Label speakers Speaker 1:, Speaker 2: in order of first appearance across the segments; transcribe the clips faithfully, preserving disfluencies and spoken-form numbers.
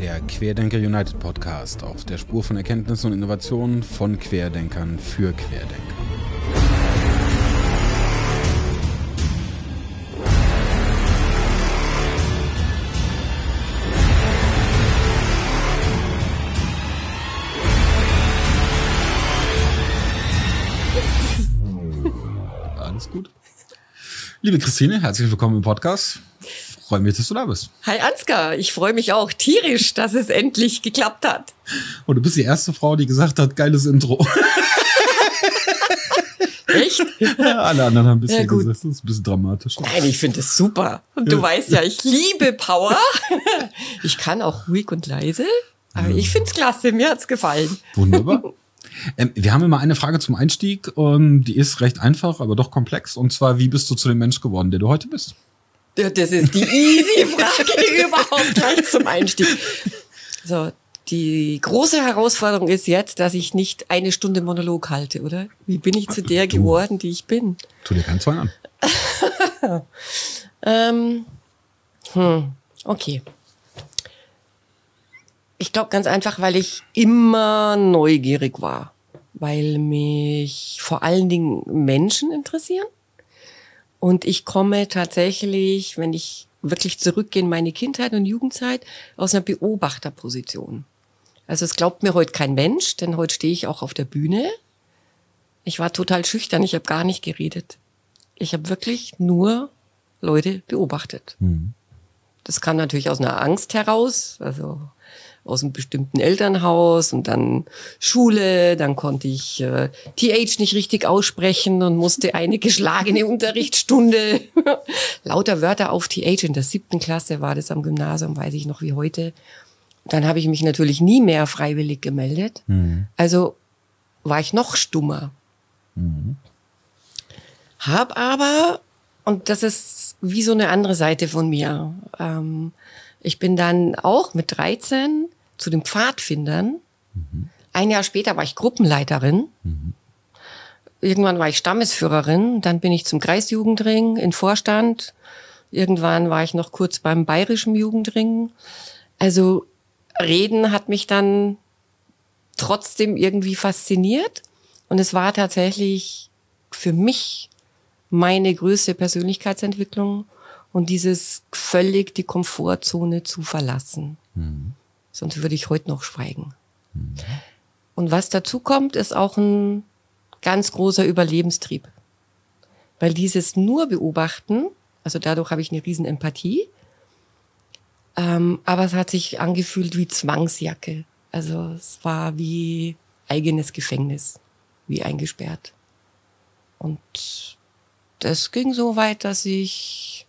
Speaker 1: Der Querdenker United Podcast auf der Spur von Erkenntnissen und Innovationen von Querdenkern für Querdenker. Alles gut. Liebe Christine, herzlich willkommen im Podcast. Freue mich, dass du da bist.
Speaker 2: Hi Ansgar, ich freue mich auch tierisch, dass es endlich geklappt hat.
Speaker 1: Und du bist die erste Frau, die gesagt hat, geiles Intro.
Speaker 2: Echt?
Speaker 1: Ja, alle anderen haben ein bisschen
Speaker 2: Ja, gut.
Speaker 1: gesagt, das ist ein bisschen dramatisch.
Speaker 2: Nein, ich finde es super. Und du
Speaker 1: Ja.
Speaker 2: weißt ja, ich liebe Power. Ich kann auch ruhig und leise, aber ich finde es klasse, mir hat's gefallen.
Speaker 1: Wunderbar. Ähm, wir haben immer eine Frage zum Einstieg. Ähm, die ist recht einfach, aber doch komplex. Und zwar, wie bist du zu dem Mensch geworden, der du heute bist?
Speaker 2: Ja, das ist die easy Frage überhaupt gleich zum Einstieg. So, die große Herausforderung ist jetzt, dass ich nicht eine Stunde Monolog halte, oder? Wie bin ich zu der
Speaker 1: Du.
Speaker 2: geworden, die ich bin?
Speaker 1: Tu dir keinen Zwang an.
Speaker 2: Ähm, hm, okay. Ich glaube ganz einfach, weil ich immer neugierig war, weil mich vor allen Dingen Menschen interessieren. Und ich komme tatsächlich, wenn ich wirklich zurückgehe in meine Kindheit und Jugendzeit, aus einer Beobachterposition. Also es glaubt mir heute kein Mensch, denn heute stehe ich auch auf der Bühne. Ich war total schüchtern, ich habe gar nicht geredet. Ich habe wirklich nur Leute beobachtet.
Speaker 1: Mhm.
Speaker 2: Das kam natürlich aus einer Angst heraus, also aus einem bestimmten Elternhaus und dann Schule, dann konnte ich äh, T H nicht richtig aussprechen und musste eine geschlagene Unterrichtsstunde, lauter Wörter auf T H, in der siebten Klasse war das am Gymnasium, weiß ich noch wie heute. Dann habe ich mich natürlich nie mehr freiwillig gemeldet,
Speaker 1: Mhm.
Speaker 2: also war ich noch stummer.
Speaker 1: Mhm.
Speaker 2: Hab aber, und das ist wie so eine andere Seite von mir, ähm, ich bin dann auch mit dreizehn zu den Pfadfindern.
Speaker 1: Mhm.
Speaker 2: Ein Jahr später war ich Gruppenleiterin.
Speaker 1: Mhm.
Speaker 2: Irgendwann war ich Stammesführerin. Dann bin ich zum Kreisjugendring in Vorstand. Irgendwann war ich noch kurz beim bayerischen Jugendring. Also Reden hat mich dann trotzdem irgendwie fasziniert. Und es war tatsächlich für mich meine größte Persönlichkeitsentwicklung und dieses völlig die Komfortzone zu verlassen.
Speaker 1: Mhm.
Speaker 2: Sonst würde ich heute noch schweigen. Mhm. Und was dazu kommt, ist auch ein ganz großer Überlebenstrieb. Weil dieses nur beobachten, also dadurch habe ich eine riesen Empathie, ähm, aber es hat sich angefühlt wie Zwangsjacke. Also es war wie eigenes Gefängnis, wie eingesperrt. Und das ging so weit, dass ich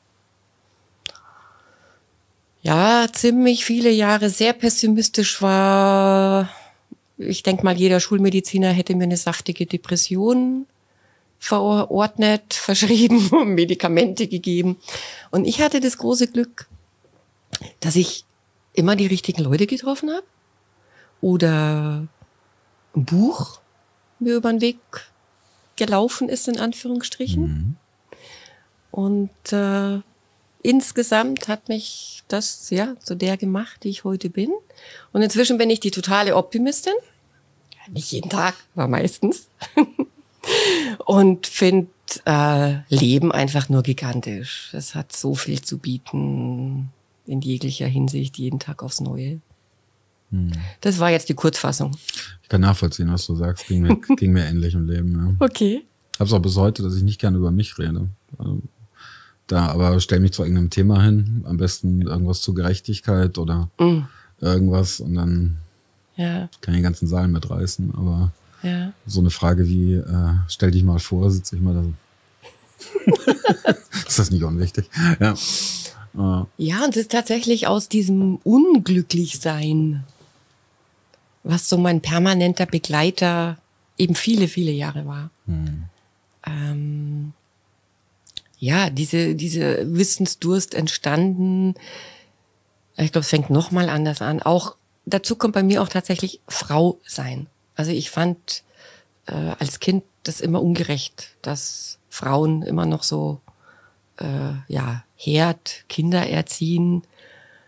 Speaker 2: ja ziemlich viele Jahre sehr pessimistisch war. Ich denke mal, jeder Schulmediziner hätte mir eine saftige Depression verordnet, verschrieben, Medikamente gegeben. Und ich hatte das große Glück, dass ich immer die richtigen Leute getroffen habe oder ein Buch mir über den Weg gelaufen ist, in Anführungsstrichen.
Speaker 1: Mhm.
Speaker 2: Und äh, insgesamt hat mich das ja zu der gemacht, die ich heute bin. Und inzwischen bin ich die totale Optimistin. Nicht jeden Tag, aber meistens. Und finde äh, Leben einfach nur gigantisch. Es hat so viel zu bieten, in jeglicher Hinsicht, jeden Tag aufs Neue.
Speaker 1: Mhm.
Speaker 2: Das war jetzt die Kurzfassung.
Speaker 1: Ich kann nachvollziehen, was du sagst. Ging mir, ging mir ähnlich im Leben. Ja.
Speaker 2: Okay.
Speaker 1: Ich habe es auch bis heute, dass ich nicht gerne über mich rede. Also, da, aber stell mich zu irgendeinem Thema hin, am besten irgendwas zur Gerechtigkeit oder
Speaker 2: Mm.
Speaker 1: irgendwas und dann
Speaker 2: Ja,
Speaker 1: kann ich den ganzen Saal mitreißen. Aber
Speaker 2: ja.
Speaker 1: so eine Frage wie, äh, stell dich mal vor, sitze ich mal da. Ist das nicht unwichtig? Ja. Äh,
Speaker 2: Ja, und es ist tatsächlich aus diesem Unglücklichsein, was so mein permanenter Begleiter eben viele, viele Jahre war.
Speaker 1: hm.
Speaker 2: Ähm, ja, diese, diese Wissensdurst entstanden. Ich glaube, es fängt noch mal anders an. Auch dazu kommt bei mir auch tatsächlich Frau sein. Also ich fand äh, als Kind das immer ungerecht, dass Frauen immer noch so äh, ja Herd, Kinder erziehen.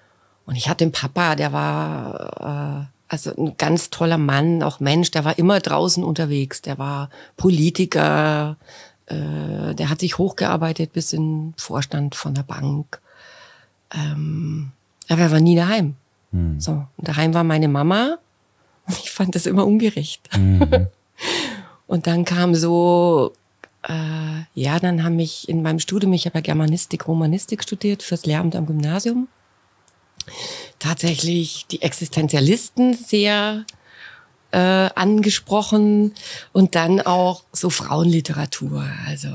Speaker 2: Und ich hatte einen Papa, der war äh, also ein ganz toller Mann, auch Mensch, der war immer draußen unterwegs. Der war Politiker, äh, der hat sich hochgearbeitet bis in den Vorstand von der Bank. Ähm, aber er war nie daheim. Hm. So, und daheim war meine Mama. Und ich fand das immer ungerecht. Mhm. Und dann kam so, äh, ja, dann haben mich in meinem Studium, ich habe ja Germanistik, Romanistik studiert fürs Lehramt am Gymnasium, tatsächlich die Existenzialisten sehr äh, angesprochen und dann auch so Frauenliteratur, also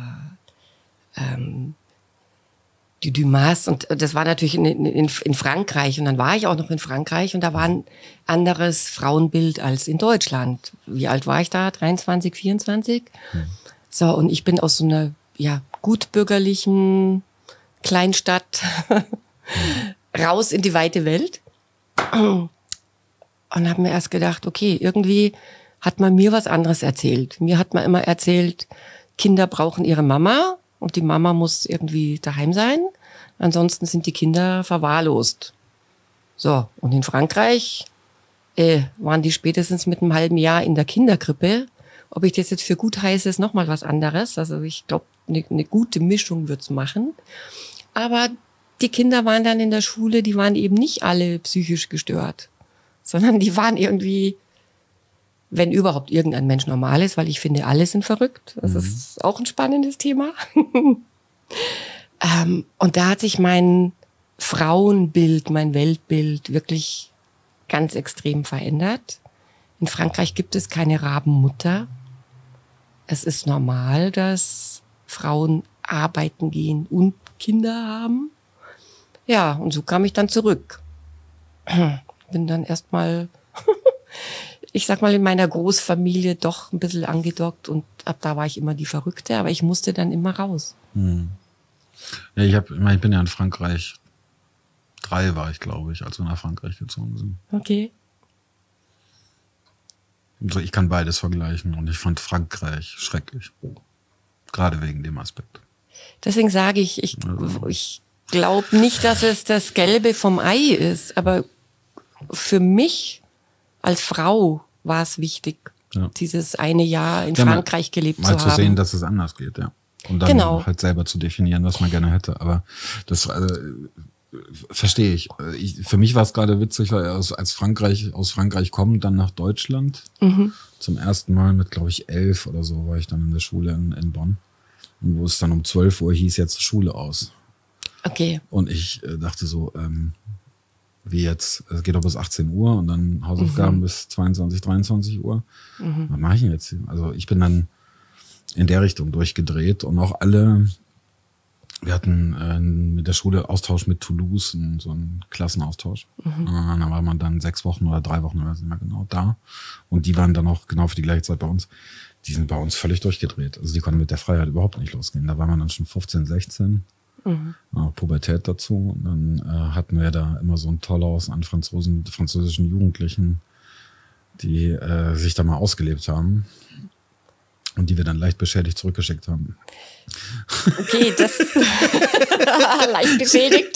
Speaker 2: ähm, die Dumas, und das war natürlich in, in, in Frankreich, und dann war ich auch noch in Frankreich und da war ein anderes Frauenbild als in Deutschland. Wie alt war ich da? dreiundzwanzig, vierundzwanzig? Mhm. So, und ich bin aus so einer ja, gutbürgerlichen Kleinstadt raus in die weite Welt und habe mir erst gedacht, okay, irgendwie hat man mir was anderes erzählt. Mir hat man immer erzählt, Kinder brauchen ihre Mama und die Mama muss irgendwie daheim sein. Ansonsten sind die Kinder verwahrlost. So, und in Frankreich äh, waren die spätestens mit einem halben Jahr in der Kinderkrippe. Ob ich das jetzt für gut heiße, ist nochmal was anderes. Also ich glaube, eine ne gute Mischung wird's machen. Aber die Kinder waren dann in der Schule, die waren eben nicht alle psychisch gestört, sondern die waren irgendwie, wenn überhaupt irgendein Mensch normal ist, weil ich finde, alle sind verrückt. Das mhm. ist auch ein spannendes Thema. ähm, und da hat sich mein Frauenbild, mein Weltbild wirklich ganz extrem verändert. In Frankreich gibt es keine Rabenmutter. Es ist normal, dass Frauen arbeiten gehen und Kinder haben. Ja, und so kam ich dann zurück. Bin dann erstmal, ich sag mal, in meiner Großfamilie doch ein bisschen angedockt und ab da war ich immer die Verrückte, aber ich musste dann immer raus.
Speaker 1: Hm. Ja, ich, hab, ich bin ja in Frankreich, drei war ich, glaube ich, als wir nach Frankreich gezogen sind.
Speaker 2: Okay.
Speaker 1: Also ich kann beides vergleichen und ich fand Frankreich schrecklich. Gerade wegen dem Aspekt.
Speaker 2: Deswegen sage ich, ich, also. ich glaube nicht, dass es das Gelbe vom Ei ist, aber für mich als Frau war es wichtig, ja. dieses eine Jahr in ja, Frankreich gelebt
Speaker 1: mal
Speaker 2: zu haben.
Speaker 1: Mal zu sehen, dass es anders geht, ja. Und dann genau. halt selber zu definieren, was man gerne hätte. Aber das also, verstehe ich. ich. Für mich war es gerade witzig, weil aus, als Frankreich, aus Frankreich kommen, dann nach Deutschland. Mhm. Zum ersten Mal mit, glaube ich, elf oder so war ich dann in der Schule in, in Bonn. Und wo es dann um zwölf Uhr hieß, jetzt Schule aus.
Speaker 2: Okay.
Speaker 1: Und ich äh, dachte so, ähm, wie jetzt, es geht doch bis achtzehn Uhr und dann Hausaufgaben mhm. bis zweiundzwanzig, dreiundzwanzig Uhr. Mhm. Was mache ich denn jetzt? Also ich bin dann in der Richtung durchgedreht und auch alle, wir hatten äh, mit der Schule Austausch mit Toulouse, so einen Klassenaustausch. Mhm. Äh, da war man dann sechs Wochen oder drei Wochen, oder nicht mehr genau, da. Und die waren dann auch genau für die gleiche Zeit bei uns. Die sind bei uns völlig durchgedreht. Also die konnten mit der Freiheit überhaupt nicht losgehen. Da war man dann schon fünfzehn, sechzehn. Mhm. Auch Pubertät dazu. Und dann äh, hatten wir da immer so ein Tollhaus an Franzosen, französischen Jugendlichen, die äh, sich da mal ausgelebt haben und die wir dann leicht beschädigt zurückgeschickt haben.
Speaker 2: Okay, das leicht beschädigt.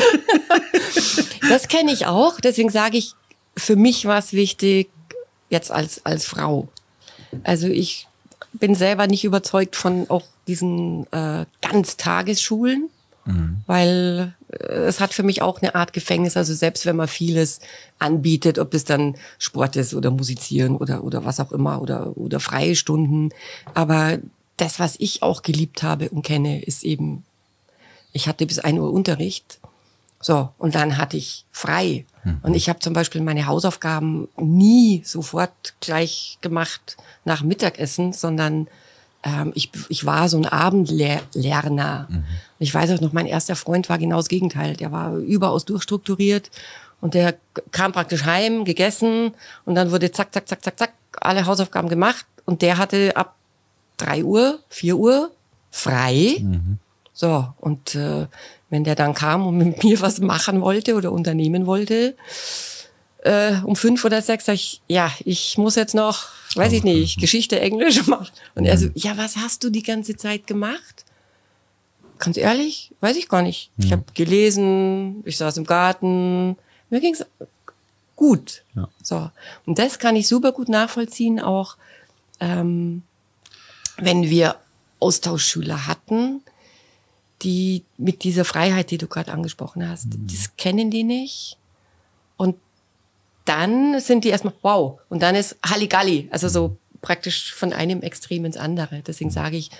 Speaker 2: Das kenne ich auch. Deswegen sage ich, für mich war es wichtig, jetzt als, als Frau. Also ich bin selber nicht überzeugt von auch diesen äh, Ganztagesschulen, mhm. weil äh, es hat für mich auch eine Art Gefängnis. Also selbst wenn man vieles anbietet, ob es dann Sport ist oder Musizieren oder oder was auch immer oder oder freie Stunden, aber das, was ich auch geliebt habe und kenne, ist eben, ich hatte bis ein Uhr Unterricht, so, und dann hatte ich frei. Mhm. Und ich habe zum Beispiel meine Hausaufgaben nie sofort gleich gemacht nach Mittagessen, sondern ähm, ich, ich war so ein Abendlerner. Mhm. Ich weiß auch noch, mein erster Freund war genau das Gegenteil. Der war überaus durchstrukturiert und der kam praktisch heim, gegessen und dann wurde zack, zack, zack, zack, zack, alle Hausaufgaben gemacht und der hatte ab drei Uhr, vier Uhr frei. Mhm. So, und äh, wenn der dann kam und mit mir was machen wollte oder unternehmen wollte, äh, um fünf oder sechs, sag ich, ja, ich muss jetzt noch, weiß ich nicht, Geschichte, Englisch machen. Und mhm. er so, ja, was hast du die ganze Zeit gemacht? ganz ehrlich, weiß ich gar nicht.
Speaker 1: Ja.
Speaker 2: Ich habe gelesen, ich saß im Garten, mir ging's gut.
Speaker 1: Ja.
Speaker 2: So. Und das kann ich super gut nachvollziehen, auch ähm, wenn wir Austauschschüler hatten, die mit dieser Freiheit, die du gerade angesprochen hast, mhm. das kennen die nicht. Und dann sind die erstmal, wow, und dann ist Halligalli, also so praktisch von einem Extrem ins andere. Deswegen sage ich,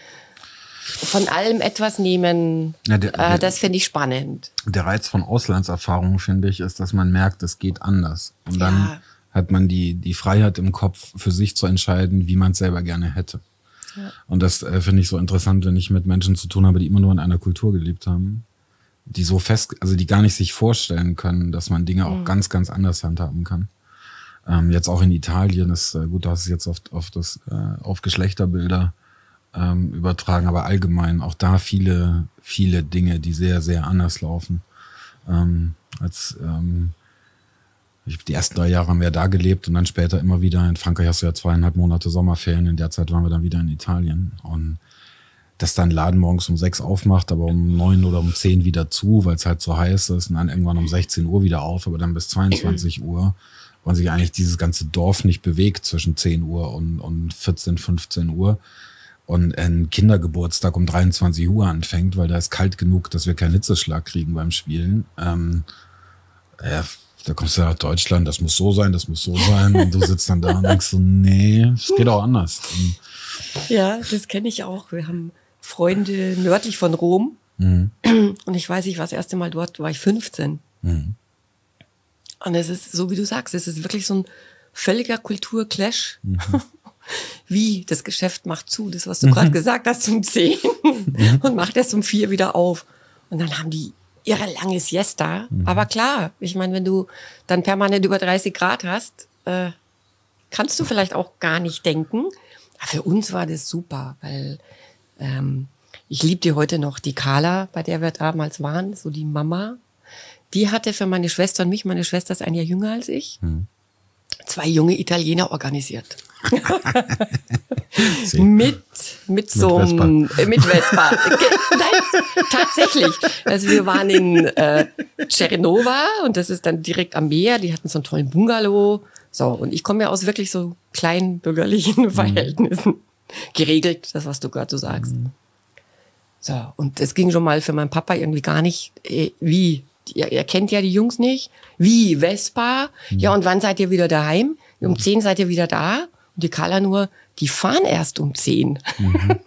Speaker 2: von allem etwas nehmen,
Speaker 1: ja, der, der,
Speaker 2: äh, das finde ich spannend.
Speaker 1: Der Reiz von Auslandserfahrungen, finde ich, ist, dass man merkt, es geht anders. Und dann
Speaker 2: Ja.
Speaker 1: hat man die, die Freiheit im Kopf, für sich zu entscheiden, wie man es selber gerne hätte.
Speaker 2: Ja.
Speaker 1: Und das äh, finde ich so interessant, wenn ich mit Menschen zu tun habe, die immer nur in einer Kultur gelebt haben, die so fest, also die gar nicht sich vorstellen können, dass man Dinge auch mhm. ganz, ganz anders handhaben kann. Ähm, jetzt auch in Italien ist, äh, gut, da hast du jetzt auf, auf das, äh, auf Geschlechterbilder ähm, übertragen, aber allgemein auch da viele, viele Dinge, die sehr, sehr anders laufen. Ähm, als, ähm, ich, die ersten drei Jahre haben wir da gelebt und dann später immer wieder in Frankreich hast du ja zweieinhalb Monate Sommerferien, in der Zeit waren wir dann wieder in Italien und dass dann Laden morgens um sechs aufmacht, aber um neun oder um zehn wieder zu, weil es halt so heiß ist und dann irgendwann um sechzehn Uhr wieder auf, aber dann bis zweiundzwanzig Uhr, weil sich eigentlich dieses ganze Dorf nicht bewegt zwischen zehn Uhr und, und vierzehn, fünfzehn Uhr und ein Kindergeburtstag um dreiundzwanzig Uhr anfängt, weil da ist kalt genug, dass wir keinen Hitzeschlag kriegen beim Spielen. Ähm, ja, da kommst du nach Deutschland, das muss so sein, das muss so sein und du sitzt dann da und denkst so, nee, es geht auch anders. Und
Speaker 2: ja, das kenne ich auch. Wir haben Freunde nördlich von Rom mhm. und ich weiß, ich war das erste Mal dort, war ich fünfzehn. Mhm. Und es ist so, wie du sagst, es ist wirklich so ein völliger Kulturclash. Mhm. Wie, das Geschäft macht zu, das, was du mhm. gerade gesagt hast, um zehn mhm. und macht erst um vier wieder auf. Und dann haben die ihre lange Siesta. Mhm. Aber klar, ich meine, wenn du dann permanent über dreißig Grad hast, äh, kannst du vielleicht auch gar nicht denken. Aber für uns war das super, weil ähm, ich liebe die heute noch, die Carla, bei der wir damals waren, so die Mama. Die hatte für meine Schwester und mich, meine Schwester ist ein Jahr jünger als ich, mhm. zwei junge Italiener organisiert. mit, mit so einem, äh, mit Vespa. Nein, tatsächlich. Also wir waren in äh, Cervinova und das ist dann direkt am Meer. Die hatten so einen tollen Bungalow. So, und ich komme ja aus wirklich so kleinen bürgerlichen Verhältnissen. Mhm. Geregelt, das, was du gerade so sagst. Mhm. So, und es ging schon mal für meinen Papa irgendwie gar nicht, äh, wie? Ihr, ihr kennt ja die Jungs nicht. Wie? Vespa? Mhm. Ja, und wann seid ihr wieder daheim? Um zehn seid ihr wieder da? Und die Carla nur, die fahren erst um zehn. Mhm.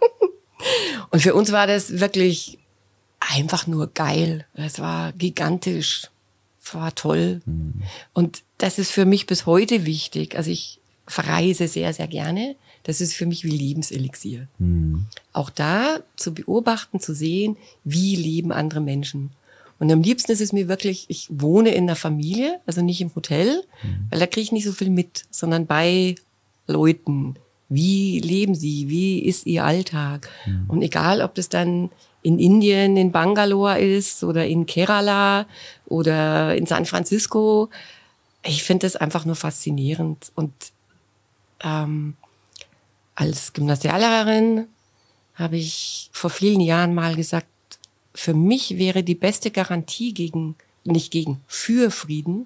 Speaker 2: Und für uns war das wirklich einfach nur geil. Es war gigantisch. Es war toll. Mhm. Und das ist für mich bis heute wichtig. Also ich verreise sehr, sehr gerne. Das ist für mich wie Lebenselixier. Mhm. Auch da zu beobachten, zu sehen, wie leben andere Menschen. Und am liebsten ist es mir wirklich, ich wohne in einer Familie, also nicht im Hotel, mhm. weil da kriege ich nicht so viel mit, sondern bei Leuten. Wie leben sie? Wie ist ihr Alltag? Mhm. Und egal, ob das dann in Indien, in Bangalore ist oder in Kerala oder in San Francisco, ich finde das einfach nur faszinierend. Und ähm, als Gymnasiallehrerin habe ich vor vielen Jahren mal gesagt, für mich wäre die beste Garantie gegen, nicht gegen, für Frieden,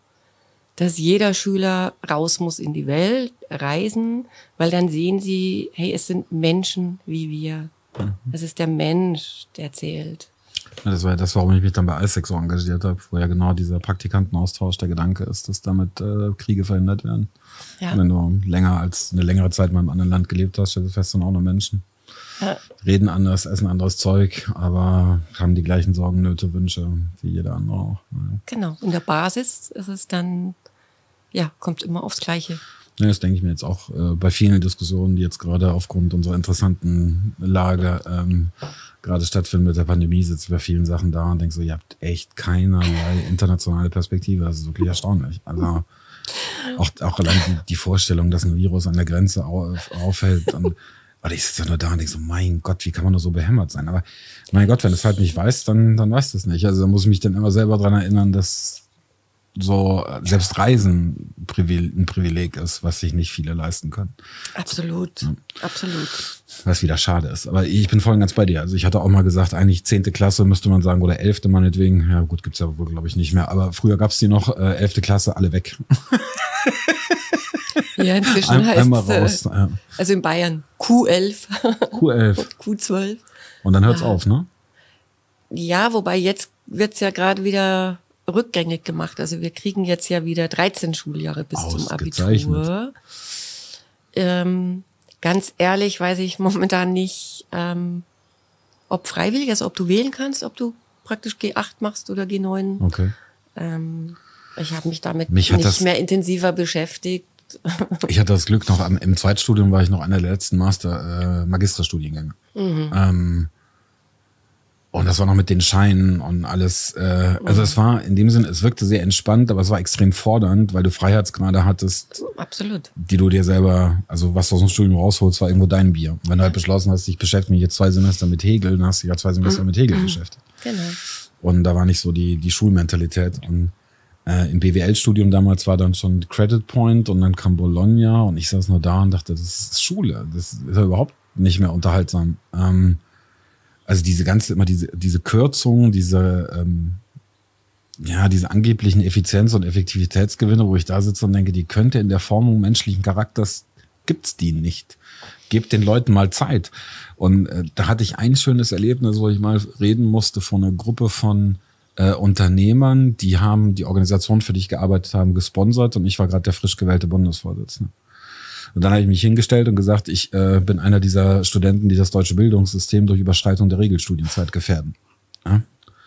Speaker 2: dass jeder Schüler raus muss in die Welt, reisen, weil dann sehen sie, hey, es sind Menschen wie wir. Mhm. Es ist der Mensch, der zählt.
Speaker 1: Ja, das war das, warum ich mich dann bei I S E C so engagiert habe, wo ja genau dieser Praktikantenaustausch der Gedanke ist, dass damit äh, Kriege verhindert werden. Ja. Wenn du länger als eine längere Zeit mal im anderen Land gelebt hast, stellst du fest, sind auch nur Menschen. Ja. Reden anders, essen anderes Zeug, aber haben die gleichen Sorgen, Nöte, Wünsche wie jeder andere auch. Ja.
Speaker 2: Genau. In der Basis ist es dann, ja, kommt immer aufs Gleiche.
Speaker 1: Ja, das denke ich mir jetzt auch äh, bei vielen Diskussionen, die jetzt gerade aufgrund unserer interessanten Lage ähm, gerade stattfinden mit der Pandemie, sitze ich bei vielen Sachen da und denke so, ihr habt echt keinerlei internationale Perspektive. Das ist wirklich erstaunlich. Also auch, auch allein die, die Vorstellung, dass ein Virus an der Grenze auf, aufhält und aber ich sitze nur da und denke so, mein Gott, wie kann man nur so behämmert sein? Aber mein Gott, wenn du es halt nicht weißt, dann, dann weißt du es nicht. Also da muss ich mich dann immer selber dran erinnern, dass so selbst Reisen ein Privileg ist, was sich nicht viele leisten können.
Speaker 2: Absolut, ja. absolut.
Speaker 1: Was wieder schade ist. Aber ich bin voll und ganz bei dir. Also ich hatte auch mal gesagt, eigentlich zehnte Klasse müsste man sagen oder elfte meinetwegen. Ja gut, gibt's ja wohl, glaube ich, nicht mehr. Aber früher gab's die noch, äh, elfte Klasse, alle weg.
Speaker 2: Ja, inzwischen
Speaker 1: Ein,
Speaker 2: heißt
Speaker 1: einmal raus.
Speaker 2: Äh,
Speaker 1: ja.
Speaker 2: Also in Bayern Q elf.
Speaker 1: Q elf.
Speaker 2: Q zwölf.
Speaker 1: Und dann hört's
Speaker 2: ja.
Speaker 1: auf, ne?
Speaker 2: Ja, wobei jetzt wird's ja gerade wieder rückgängig gemacht. Also wir kriegen jetzt ja wieder dreizehn Schuljahre bis zum Abitur. Ähm, ganz ehrlich weiß ich momentan nicht, ähm, ob freiwillig, also ob du wählen kannst, ob du praktisch G acht machst oder G neun.
Speaker 1: Okay.
Speaker 2: Ähm, ich habe mich damit
Speaker 1: mich
Speaker 2: nicht mehr intensiver beschäftigt.
Speaker 1: Ich hatte das Glück, noch am, im Zweitstudium war ich noch einer der letzten Master, äh, Magisterstudiengänge. Mhm. Ähm, Und das war noch mit den Scheinen und alles. Äh, also es war in dem Sinne, es wirkte sehr entspannt, aber es war extrem fordernd, weil du Freiheitsgrade hattest.
Speaker 2: Absolut.
Speaker 1: Die du dir selber, also was du aus dem Studium rausholst, war irgendwo dein Bier. Und wenn du halt beschlossen hast, ich beschäftige mich jetzt zwei Semester mit Hegel, dann hast du dich ja zwei Semester mhm. mit Hegel mhm. beschäftigt.
Speaker 2: Genau.
Speaker 1: Und da war nicht so die, die Schulmentalität. Und äh, im B W L-Studium damals war dann schon Credit Point und dann kam Bologna und ich saß nur da und dachte, das ist Schule. Das ist ja überhaupt nicht mehr unterhaltsam. Ähm, Also diese ganze, immer diese, diese Kürzungen, diese, ähm, ja, diese angeblichen Effizienz- und Effektivitätsgewinne, wo ich da sitze und denke, die könnte in der Formung menschlichen Charakters, gibt's die nicht. Gebt den Leuten mal Zeit. Und äh, da hatte ich ein schönes Erlebnis, wo ich mal reden musste von einer Gruppe von äh, Unternehmern, die haben die Organisation, für die ich gearbeitet habe, gesponsert und ich war gerade der frisch gewählte Bundesvorsitzende. Und dann habe ich mich hingestellt und gesagt, ich äh, bin einer dieser Studenten, die das deutsche Bildungssystem durch Überschreitung der Regelstudienzeit gefährden. Ja?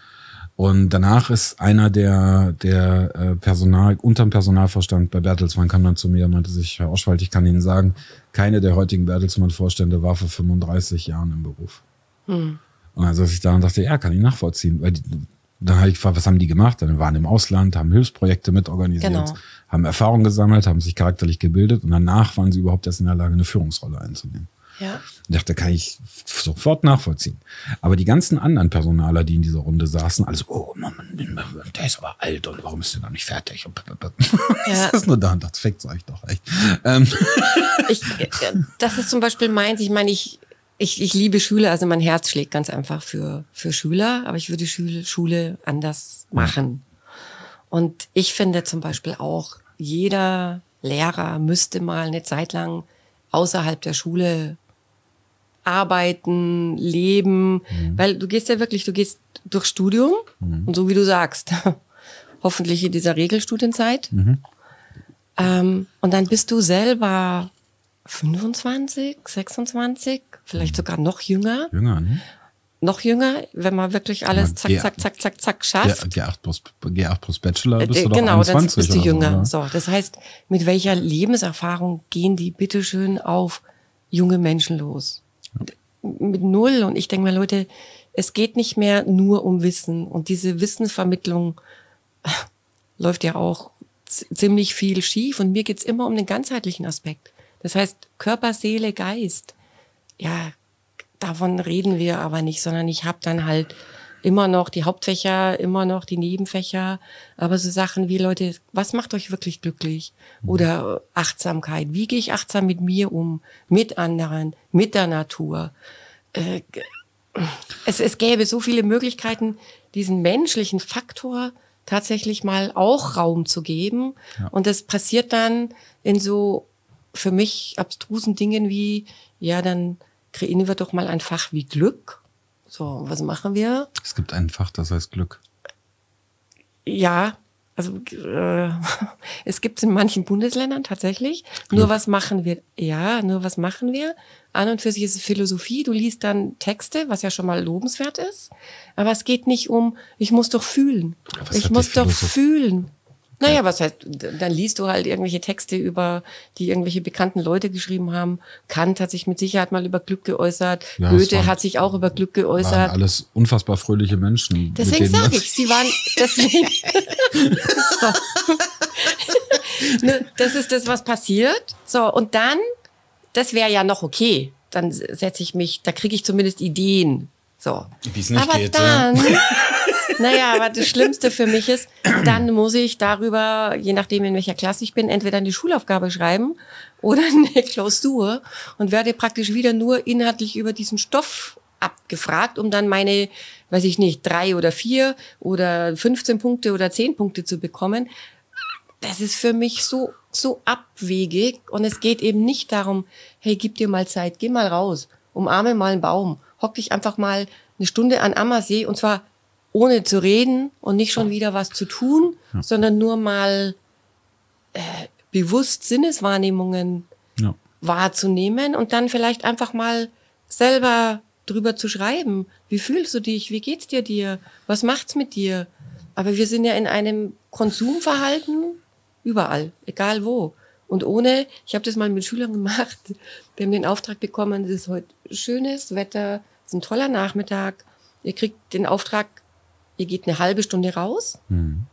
Speaker 1: Und danach ist einer der der äh, Personal unterm Personalvorstand bei Bertelsmann kam dann zu mir, meinte sich, Herr Oschwald, ich kann Ihnen sagen, keine der heutigen Bertelsmann-Vorstände war vor fünfunddreißig Jahren im Beruf. Hm. Und dann saß ich da und dachte, ja, kann ich nachvollziehen, weil die, dann habe ich gefragt, was haben die gemacht? Dann waren im Ausland, haben Hilfsprojekte mitorganisiert, genau. haben Erfahrung gesammelt, haben sich charakterlich gebildet und danach waren sie überhaupt erst in der Lage, eine Führungsrolle einzunehmen.
Speaker 2: Ja.
Speaker 1: Ich dachte, kann ich sofort nachvollziehen. Aber die ganzen anderen Personaler, die in dieser Runde saßen, alles, oh, Mann, der ist aber alt und warum ist der noch nicht fertig? Und ja. Das ist nur da und das fickt euch doch echt. Ähm.
Speaker 2: Ich, das ist zum Beispiel meins, ich meine, ich Ich, ich liebe Schule, also mein Herz schlägt ganz einfach für, für Schüler, aber ich würde Schule, Schule anders machen. Und ich finde zum Beispiel auch, jeder Lehrer müsste mal eine Zeit lang außerhalb der Schule arbeiten, leben, mhm. weil du gehst ja wirklich, du gehst durch Studium mhm. und so wie du sagst, hoffentlich in dieser Regelstudienzeit. Mhm. Ähm, und dann bist du selber fünfundzwanzig, sechsundzwanzig, vielleicht sogar noch jünger.
Speaker 1: Jünger, ne?
Speaker 2: Noch jünger, wenn man wirklich alles zack, zack, zack, zack, zack schafft.
Speaker 1: G acht plus, G acht plus Bachelor bist äh, du doch
Speaker 2: genau,
Speaker 1: einundzwanzig
Speaker 2: dann bist du jünger.
Speaker 1: So,
Speaker 2: so, das heißt, mit welcher Lebenserfahrung gehen die bitteschön auf junge Menschen los? Ja. Mit null. Und ich denke mir, Leute, es geht nicht mehr nur um Wissen. Und diese Wissensvermittlung läuft ja auch ziemlich viel schief. Und mir geht's immer um den ganzheitlichen Aspekt. Das heißt, Körper, Seele, Geist. Ja, davon reden wir aber nicht, sondern ich habe dann halt immer noch die Hauptfächer, immer noch die Nebenfächer, aber so Sachen wie, Leute, was macht euch wirklich glücklich? Oder Achtsamkeit, wie gehe ich achtsam mit mir um, mit anderen, mit der Natur? Äh, es, es gäbe so viele Möglichkeiten, diesen menschlichen Faktor tatsächlich mal auch Raum zu geben. Ja. Und das passiert dann in so für mich abstrusen Dingen wie, ja, dann kreieren wir doch mal ein Fach wie Glück. So, was machen wir?
Speaker 1: Es gibt ein Fach, das heißt Glück.
Speaker 2: Ja, also äh, es gibt es in manchen Bundesländern tatsächlich. Glück. Nur was machen wir? Ja, nur was machen wir? An und für sich ist es Philosophie. Du liest dann Texte, was ja schon mal lobenswert ist. Aber es geht nicht um, ich muss doch fühlen. Ich muss doch fühlen. Naja, was heißt, dann liest du halt irgendwelche Texte über, die irgendwelche bekannten Leute geschrieben haben. Kant hat sich mit Sicherheit mal über Glück geäußert. Ja, Goethe waren, hat sich auch über Glück geäußert.
Speaker 1: Waren alles unfassbar fröhliche Menschen.
Speaker 2: Deswegen sage ich, sie waren, deswegen, so. Das ist das, was passiert. So, und dann, das wäre ja noch okay. Dann setze ich mich, da kriege ich zumindest Ideen. So.
Speaker 1: Wie es nicht
Speaker 2: Aber
Speaker 1: geht.
Speaker 2: dann,
Speaker 1: Ja.
Speaker 2: Naja, aber das Schlimmste für mich ist, dann muss ich darüber, je nachdem in welcher Klasse ich bin, entweder eine Schulaufgabe schreiben oder eine Klausur und werde praktisch wieder nur inhaltlich über diesen Stoff abgefragt, um dann meine, weiß ich nicht, drei oder vier oder fünfzehn Punkte oder zehn Punkte zu bekommen. Das ist für mich so, so abwegig und es geht eben nicht darum, hey, gib dir mal Zeit, geh mal raus, umarme mal einen Baum, hock dich einfach mal eine Stunde an Ammersee und zwar ohne zu reden und nicht schon wieder was zu tun, ja. sondern nur mal äh, bewusst Sinneswahrnehmungen ja. wahrzunehmen und dann vielleicht einfach mal selber drüber zu schreiben. Wie fühlst du dich? Wie geht's dir dir? Was macht's mit dir? Aber wir sind ja in einem Konsumverhalten überall, egal wo. Und ohne, ich habe das mal mit Schülern gemacht, wir haben den Auftrag bekommen, es ist heute schönes Wetter, es ist ein toller Nachmittag, ihr kriegt den Auftrag, ihr geht eine halbe Stunde raus, mhm.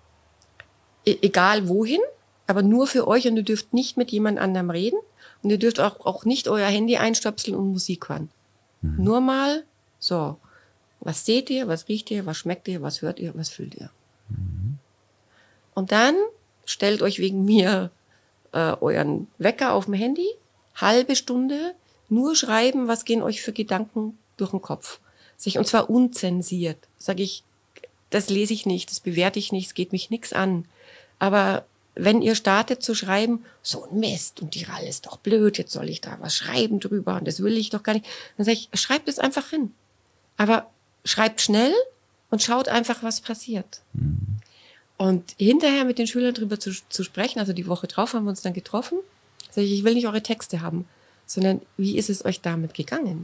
Speaker 2: e- egal wohin, aber nur für euch und ihr dürft nicht mit jemand anderem reden und ihr dürft auch, auch nicht euer Handy einstöpseln und Musik hören. Mhm. Nur mal, so, was seht ihr, was riecht ihr, was schmeckt ihr, was hört ihr, was fühlt ihr. Mhm. Und dann stellt euch wegen mir äh, euren Wecker auf dem Handy, halbe Stunde, nur schreiben, was gehen euch für Gedanken durch den Kopf. Sich, und zwar unzensiert. Sage ich, das lese ich nicht, das bewerte ich nicht, es geht mich nichts an. Aber wenn ihr startet zu schreiben, so ein Mist und die Ralle ist doch blöd, jetzt soll ich da was schreiben drüber und das will ich doch gar nicht. Dann sage ich, schreibt es einfach hin. Aber schreibt schnell und schaut einfach, was passiert. Mhm. Und hinterher mit den Schülern drüber zu, zu sprechen, also die Woche drauf haben wir uns dann getroffen, sage ich, ich will nicht eure Texte haben, sondern wie ist es euch damit gegangen?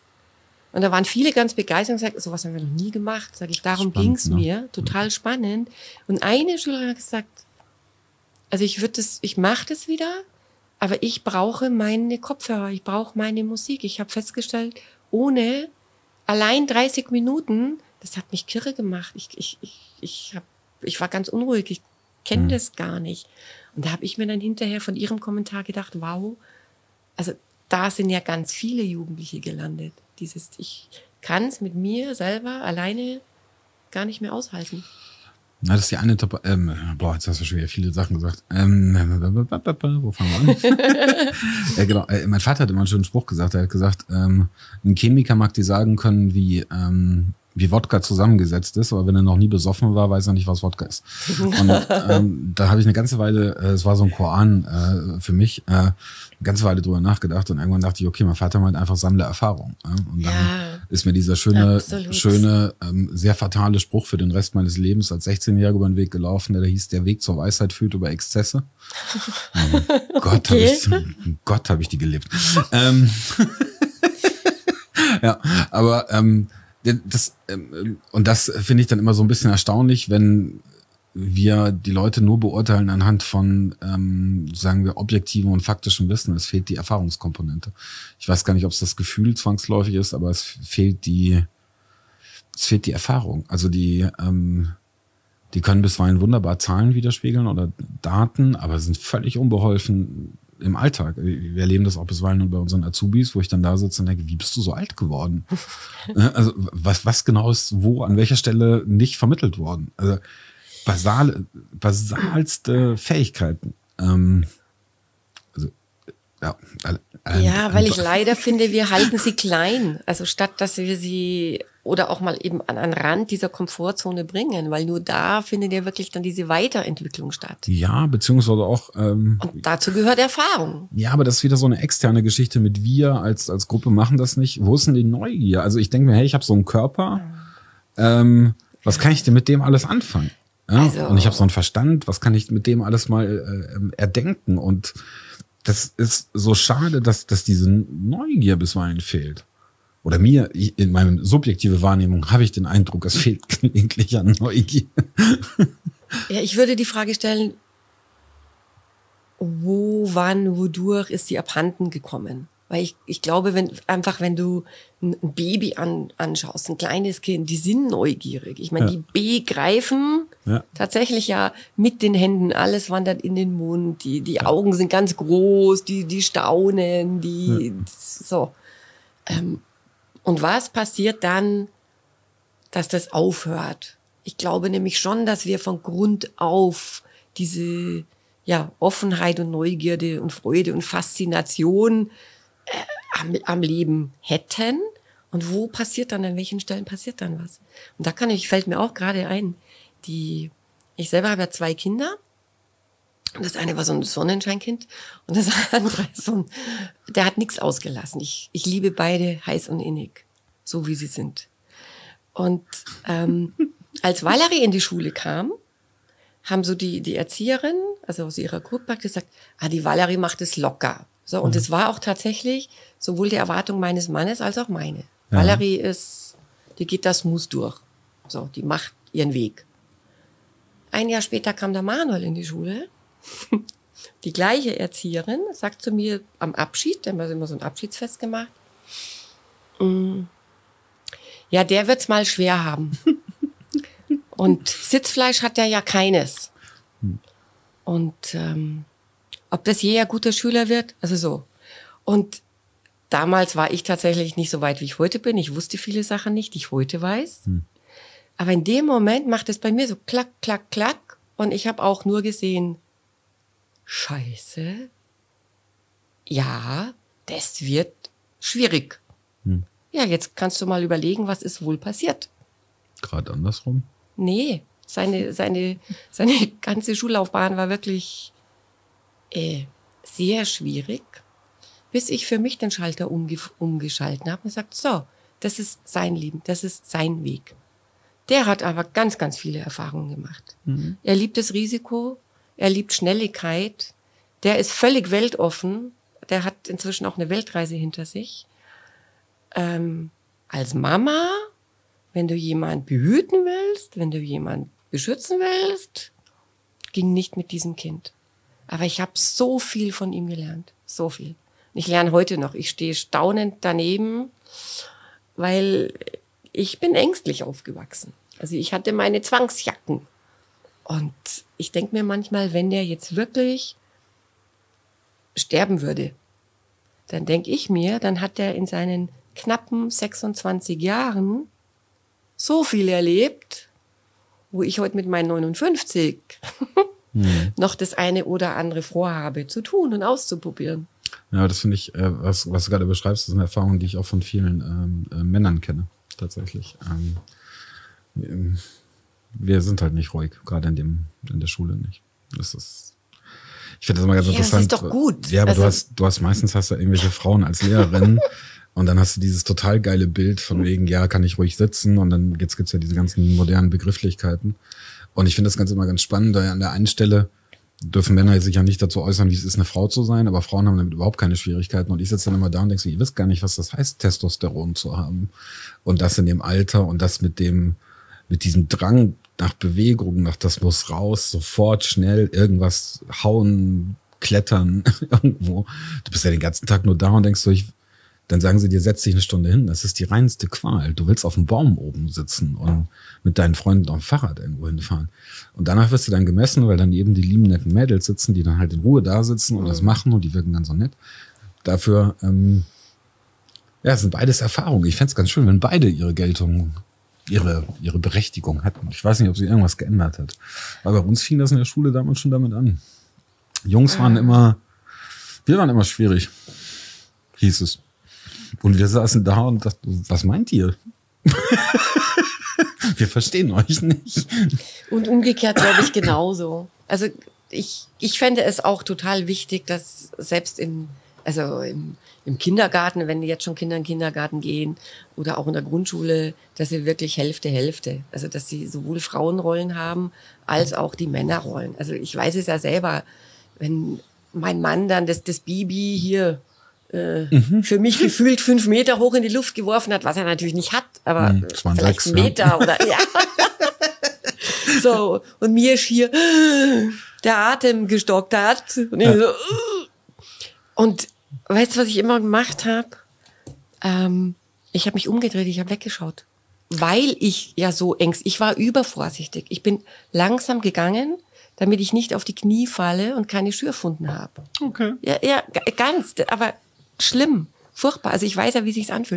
Speaker 2: Und da waren viele ganz begeistert und gesagt, sowas haben wir noch nie gemacht. Sag ich, darum ging es mir, total spannend. Und eine Schülerin hat gesagt, also ich würde das, ich mache das wieder, aber ich brauche meine Kopfhörer, ich brauche meine Musik. Ich habe festgestellt, ohne allein dreißig Minuten, das hat mich kirre gemacht. Ich, ich, ich, ich, hab, ich war ganz unruhig, ich kenne mhm. das gar nicht. Und da habe ich mir dann hinterher von ihrem Kommentar gedacht, wow, also da sind ja ganz viele Jugendliche gelandet. Dieses, ich kann es mit mir selber alleine gar nicht mehr aushalten.
Speaker 1: Na, das ist die eine Top. Ähm, boah, jetzt hast du schon wieder viele Sachen gesagt. Ähm, wo fangen wir an? ja, genau. Äh, mein Vater hat immer einen schönen Spruch gesagt. Er hat gesagt, ähm, ein Chemiker mag dir sagen können, wie ähm, wie Wodka zusammengesetzt ist, aber wenn er noch nie besoffen war, weiß er nicht, was Wodka ist. Und ähm, da habe ich eine ganze Weile, äh, es war so ein Koran äh, für mich, äh, eine ganze Weile drüber nachgedacht und irgendwann dachte ich, okay, mein Vater meint einfach sammle Erfahrung. Äh? Und dann ja, ist mir dieser schöne, absolut. schöne, ähm, sehr fatale Spruch für den Rest meines Lebens als sechzehnjähriger über den Weg gelaufen, der da hieß, der Weg zur Weisheit führt über Exzesse. ähm, Gott, okay. habe ich, Gott, habe ich die gelebt. ähm, ja, aber ähm, Das, ähm, und das finde ich dann immer so ein bisschen erstaunlich, wenn wir die Leute nur beurteilen anhand von, ähm, sagen wir, objektivem und faktischem Wissen. Es fehlt die Erfahrungskomponente. Ich weiß gar nicht, ob es das Gefühl zwangsläufig ist, aber es fehlt die, es fehlt die Erfahrung. Also die, ähm, die können bisweilen wunderbar Zahlen widerspiegeln oder Daten, aber sind völlig unbeholfen im Alltag. Wir erleben das auch bisweilen bei unseren Azubis, wo ich dann da sitze und denke, wie bist du so alt geworden? Also was, was genau ist wo, an welcher Stelle nicht vermittelt worden? Also basale, basalste Fähigkeiten. Ähm, also, ja,
Speaker 2: äh, ja, weil ich leider finde, wir halten sie klein. Also statt, dass wir sie oder auch mal eben an einen Rand dieser Komfortzone bringen, weil nur da findet ja wirklich dann diese Weiterentwicklung statt.
Speaker 1: Ja, beziehungsweise auch... Ähm,
Speaker 2: und dazu gehört Erfahrung.
Speaker 1: Ja, aber das ist wieder so eine externe Geschichte mit wir als als Gruppe machen das nicht. Wo ist denn die Neugier? Also ich denke mir, hey, ich habe so einen Körper, ähm, was kann ich denn mit dem alles anfangen? Ja? Also, und ich habe so einen Verstand, was kann ich mit dem alles mal äh, erdenken? Und das ist so schade, dass, dass diese Neugier bisweilen fehlt. Oder mir, in meiner subjektiven Wahrnehmung, habe ich den Eindruck, es fehlt gelegentlich an Neugier.
Speaker 2: Ja, ich würde die Frage stellen, wo, wann, wodurch ist sie abhanden gekommen? Weil ich, ich glaube, wenn einfach, wenn du ein Baby an, anschaust, ein kleines Kind, die sind neugierig. Ich meine, ja. die begreifen ja. tatsächlich ja mit den Händen, alles wandert in den Mund, die, die ja. Augen sind ganz groß, die, die staunen, die ja. so. Ähm, und was passiert dann, dass das aufhört? ich glaube nämlich schon, dass wir von Grund auf diese ja, Offenheit und Neugierde und Freude und Faszination äh, am, am Leben hätten. Und wo passiert dann, an welchen Stellen passiert dann was? Und da kann ich, fällt mir auch gerade ein, die, ich selber habe ja zwei Kinder. Und das eine war so ein Sonnenscheinkind und das andere so ein, der hat nichts ausgelassen. Ich, ich liebe beide heiß und innig, so wie sie sind. Und ähm, als Valerie in die Schule kam, haben so die, die Erzieherin, also aus ihrer Gruppe, gesagt, ah, die Valerie macht es locker. So, und es mhm. war auch tatsächlich sowohl die Erwartung meines Mannes als auch meine. Ja. Valerie ist, die geht das Mus durch. So, die macht ihren Weg. Ein Jahr später kam der Manuel in die Schule. Die gleiche Erzieherin sagt zu mir am Abschied, da haben wir immer so ein Abschiedsfest gemacht, mm, ja, der wird's mal schwer haben. Und Sitzfleisch hat er ja keines. Und ähm, ob das je ein guter Schüler wird, also so. Und damals war ich tatsächlich nicht so weit, wie ich heute bin. Ich wusste viele Sachen nicht, die ich heute weiß. Hm. Aber in dem Moment macht es bei mir so klack, klack, klack. Und ich habe auch nur gesehen, Scheiße, ja, das wird schwierig. Hm. Ja, jetzt kannst du mal überlegen, was ist wohl passiert.
Speaker 1: Gerade andersrum?
Speaker 2: Nee, seine, seine, seine ganze Schullaufbahn war wirklich äh, sehr schwierig, bis ich für mich den Schalter umge umgeschalten habe und gesagt, so, das ist sein Leben, das ist sein Weg. Der hat aber ganz, ganz viele Erfahrungen gemacht. Mhm. Er liebt das Risiko, er liebt Schnelligkeit, der ist völlig weltoffen, der hat inzwischen auch eine Weltreise hinter sich. Ähm, als Mama, wenn du jemanden behüten willst, wenn du jemanden beschützen willst, ging nicht mit diesem Kind. Aber ich habe so viel von ihm gelernt, so viel. Ich lerne heute noch, ich stehe staunend daneben, weil ich bin ängstlich aufgewachsen. Also ich hatte meine Zwangsjacken. Und ich denke mir manchmal, wenn der jetzt wirklich sterben würde, dann denke ich mir, dann hat er in seinen knappen sechsundzwanzig Jahren so viel erlebt, wo ich heute mit meinen neunundfünfzig hm. noch das eine oder andere vorhabe zu tun und auszuprobieren.
Speaker 1: Ja, das finde ich, äh, was, was du gerade beschreibst, das ist eine Erfahrung, die ich auch von vielen ähm, äh, Männern kenne, tatsächlich. Ähm, wir sind halt nicht ruhig, gerade in dem in der Schule nicht. Das ist, ich finde das immer ganz
Speaker 2: ja,
Speaker 1: interessant.
Speaker 2: Das ist doch gut.
Speaker 1: Ja, aber
Speaker 2: also,
Speaker 1: du hast, du hast meistens hast du irgendwelche Frauen als Lehrerin und dann hast du dieses total geile Bild von wegen, ja, kann ich ruhig sitzen und dann jetzt gibt's ja diese ganzen modernen Begrifflichkeiten. Und ich finde das Ganze immer ganz spannend, da an der einen Stelle dürfen Männer sich ja nicht dazu äußern, wie es ist, eine Frau zu sein, aber Frauen haben damit überhaupt keine Schwierigkeiten. Und ich sitze dann immer da und denke so, ihr wisst gar nicht, was das heißt, Testosteron zu haben. Und das in dem Alter und das mit dem, mit diesem Drang nach Bewegung, nach das muss raus, sofort, schnell, irgendwas hauen, klettern, irgendwo. Du bist ja den ganzen Tag nur da und denkst so, ich, dann sagen sie dir, setz dich eine Stunde hin. Das ist die reinste Qual. Du willst auf dem Baum oben sitzen und mit deinen Freunden auf dem Fahrrad irgendwo hinfahren. Und danach wirst du dann gemessen, weil dann eben die lieben netten Mädels sitzen, die dann halt in Ruhe da sitzen und das machen und die wirken dann so nett. Dafür, ähm, ja, es sind beides Erfahrungen. Ich fände es ganz schön, wenn beide ihre Geltung, ihre, ihre Berechtigung hatten. Ich weiß nicht, ob sich irgendwas geändert hat. Aber bei uns fing das in der Schule damals schon damit an. Jungs waren immer, wir waren immer schwierig, hieß es. Und wir saßen da und dachten, was meint ihr? Wir verstehen euch nicht.
Speaker 2: Und umgekehrt glaube ich genauso. Also ich, ich fände es auch total wichtig, dass selbst im, also im, im Kindergarten, wenn jetzt schon Kinder in den Kindergarten gehen oder auch in der Grundschule, dass sie wirklich Hälfte, Hälfte, also dass sie sowohl Frauenrollen haben als auch die Männerrollen. Also ich weiß es ja selber, wenn mein Mann dann das, das Bibi hier Äh, mhm. für mich gefühlt fünf Meter hoch in die Luft geworfen hat, was er natürlich nicht hat, aber mhm, vielleicht sechs, einen Meter ja. oder ja. So, und mir ist hier der Atem gestockt hat. Und, ja. so, und weißt du, was ich immer gemacht habe? Ähm, ich habe mich umgedreht, ich habe weggeschaut. Weil ich ja so ängstlich, ich war übervorsichtig. Ich bin langsam gegangen, damit ich nicht auf die Knie falle und keine Schürfwunden habe.
Speaker 1: Okay.
Speaker 2: Ja, ja, ganz, aber schlimm, furchtbar. Also ich weiß ja, wie sich's anfühlt.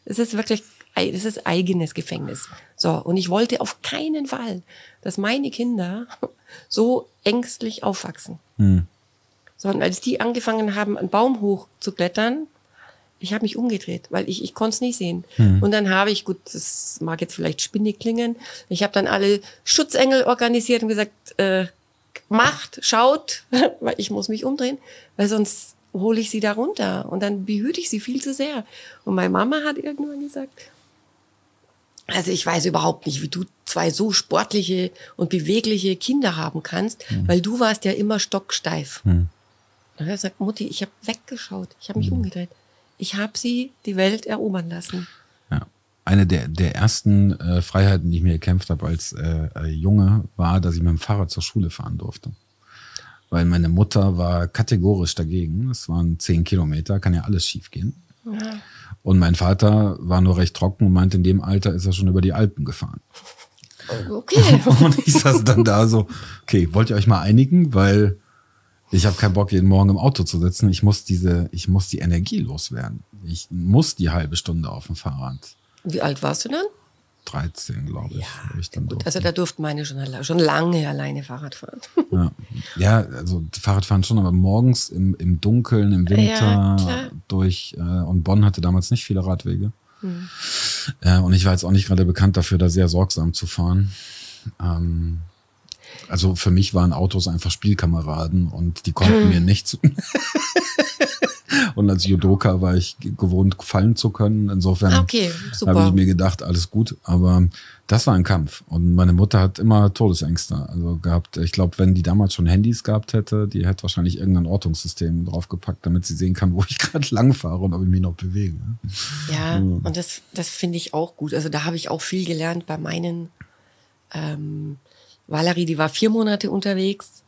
Speaker 2: Das ist wirklich, das ist eigenes Gefängnis. So, und ich wollte auf keinen Fall, dass meine Kinder so ängstlich aufwachsen. Hm. Sondern als die angefangen haben, einen Baum hoch zu klettern, ich habe mich umgedreht, weil ich, ich konnte es nicht sehen. Hm. Und dann habe ich, gut, das mag jetzt vielleicht spinnig klingen, ich habe dann alle Schutzengel organisiert und gesagt, äh, macht, schaut, weil ich muss mich umdrehen, weil sonst hole ich sie da runter und dann behüte ich sie viel zu sehr. Und meine Mama hat irgendwann gesagt, also ich weiß überhaupt nicht, wie du zwei so sportliche und bewegliche Kinder haben kannst, hm. weil du warst ja immer stocksteif. Hm. Und er sagt, Mutti, ich habe weggeschaut, ich habe mich hm. umgedreht. Ich habe sie die Welt erobern lassen.
Speaker 1: Ja. Eine der, der ersten äh, Freiheiten, die ich mir erkämpft habe als äh, Junge, war, dass ich mit dem Fahrrad zur Schule fahren durfte. Weil meine Mutter war kategorisch dagegen. Es waren zehn Kilometer, kann ja alles schief gehen. Ja. Und mein Vater war nur recht trocken und meinte, in dem Alter ist er schon über die Alpen gefahren.
Speaker 2: Okay.
Speaker 1: Und ich saß dann da so, okay, wollt ihr euch mal einigen? Weil ich habe keinen Bock, jeden Morgen im Auto zu sitzen. Ich muss diese, ich muss die Energie loswerden. Ich muss die halbe Stunde auf dem Fahrrad.
Speaker 2: Wie alt warst du dann?
Speaker 1: dreizehn, glaube ich.
Speaker 2: Ja,
Speaker 1: ich dann
Speaker 2: gut, also da durften meine schon, schon lange alleine Fahrrad fahren.
Speaker 1: Ja, ja, also Fahrradfahren schon, aber morgens im, im Dunkeln, im Winter ja, durch, äh, und Bonn hatte damals nicht viele Radwege. Hm. Äh, und ich war jetzt auch nicht gerade bekannt dafür, da sehr sorgsam zu fahren. Ähm, Also für mich waren Autos einfach Spielkameraden und die konnten mir nichts. Und als Judoka war ich gewohnt, fallen zu können. Insofern
Speaker 2: okay,
Speaker 1: habe ich mir gedacht, alles gut. Aber das war ein Kampf. Und meine Mutter hat immer Todesängste also gehabt. Ich glaube, wenn die damals schon Handys gehabt hätte, die hätte wahrscheinlich irgendein Ortungssystem draufgepackt, damit sie sehen kann, wo ich gerade lang fahre und ob ich mich noch bewege.
Speaker 2: Ja, ja. Und das, das finde ich auch gut. Also da habe ich auch viel gelernt bei meinen ähm, Valerie, die war vier Monate unterwegs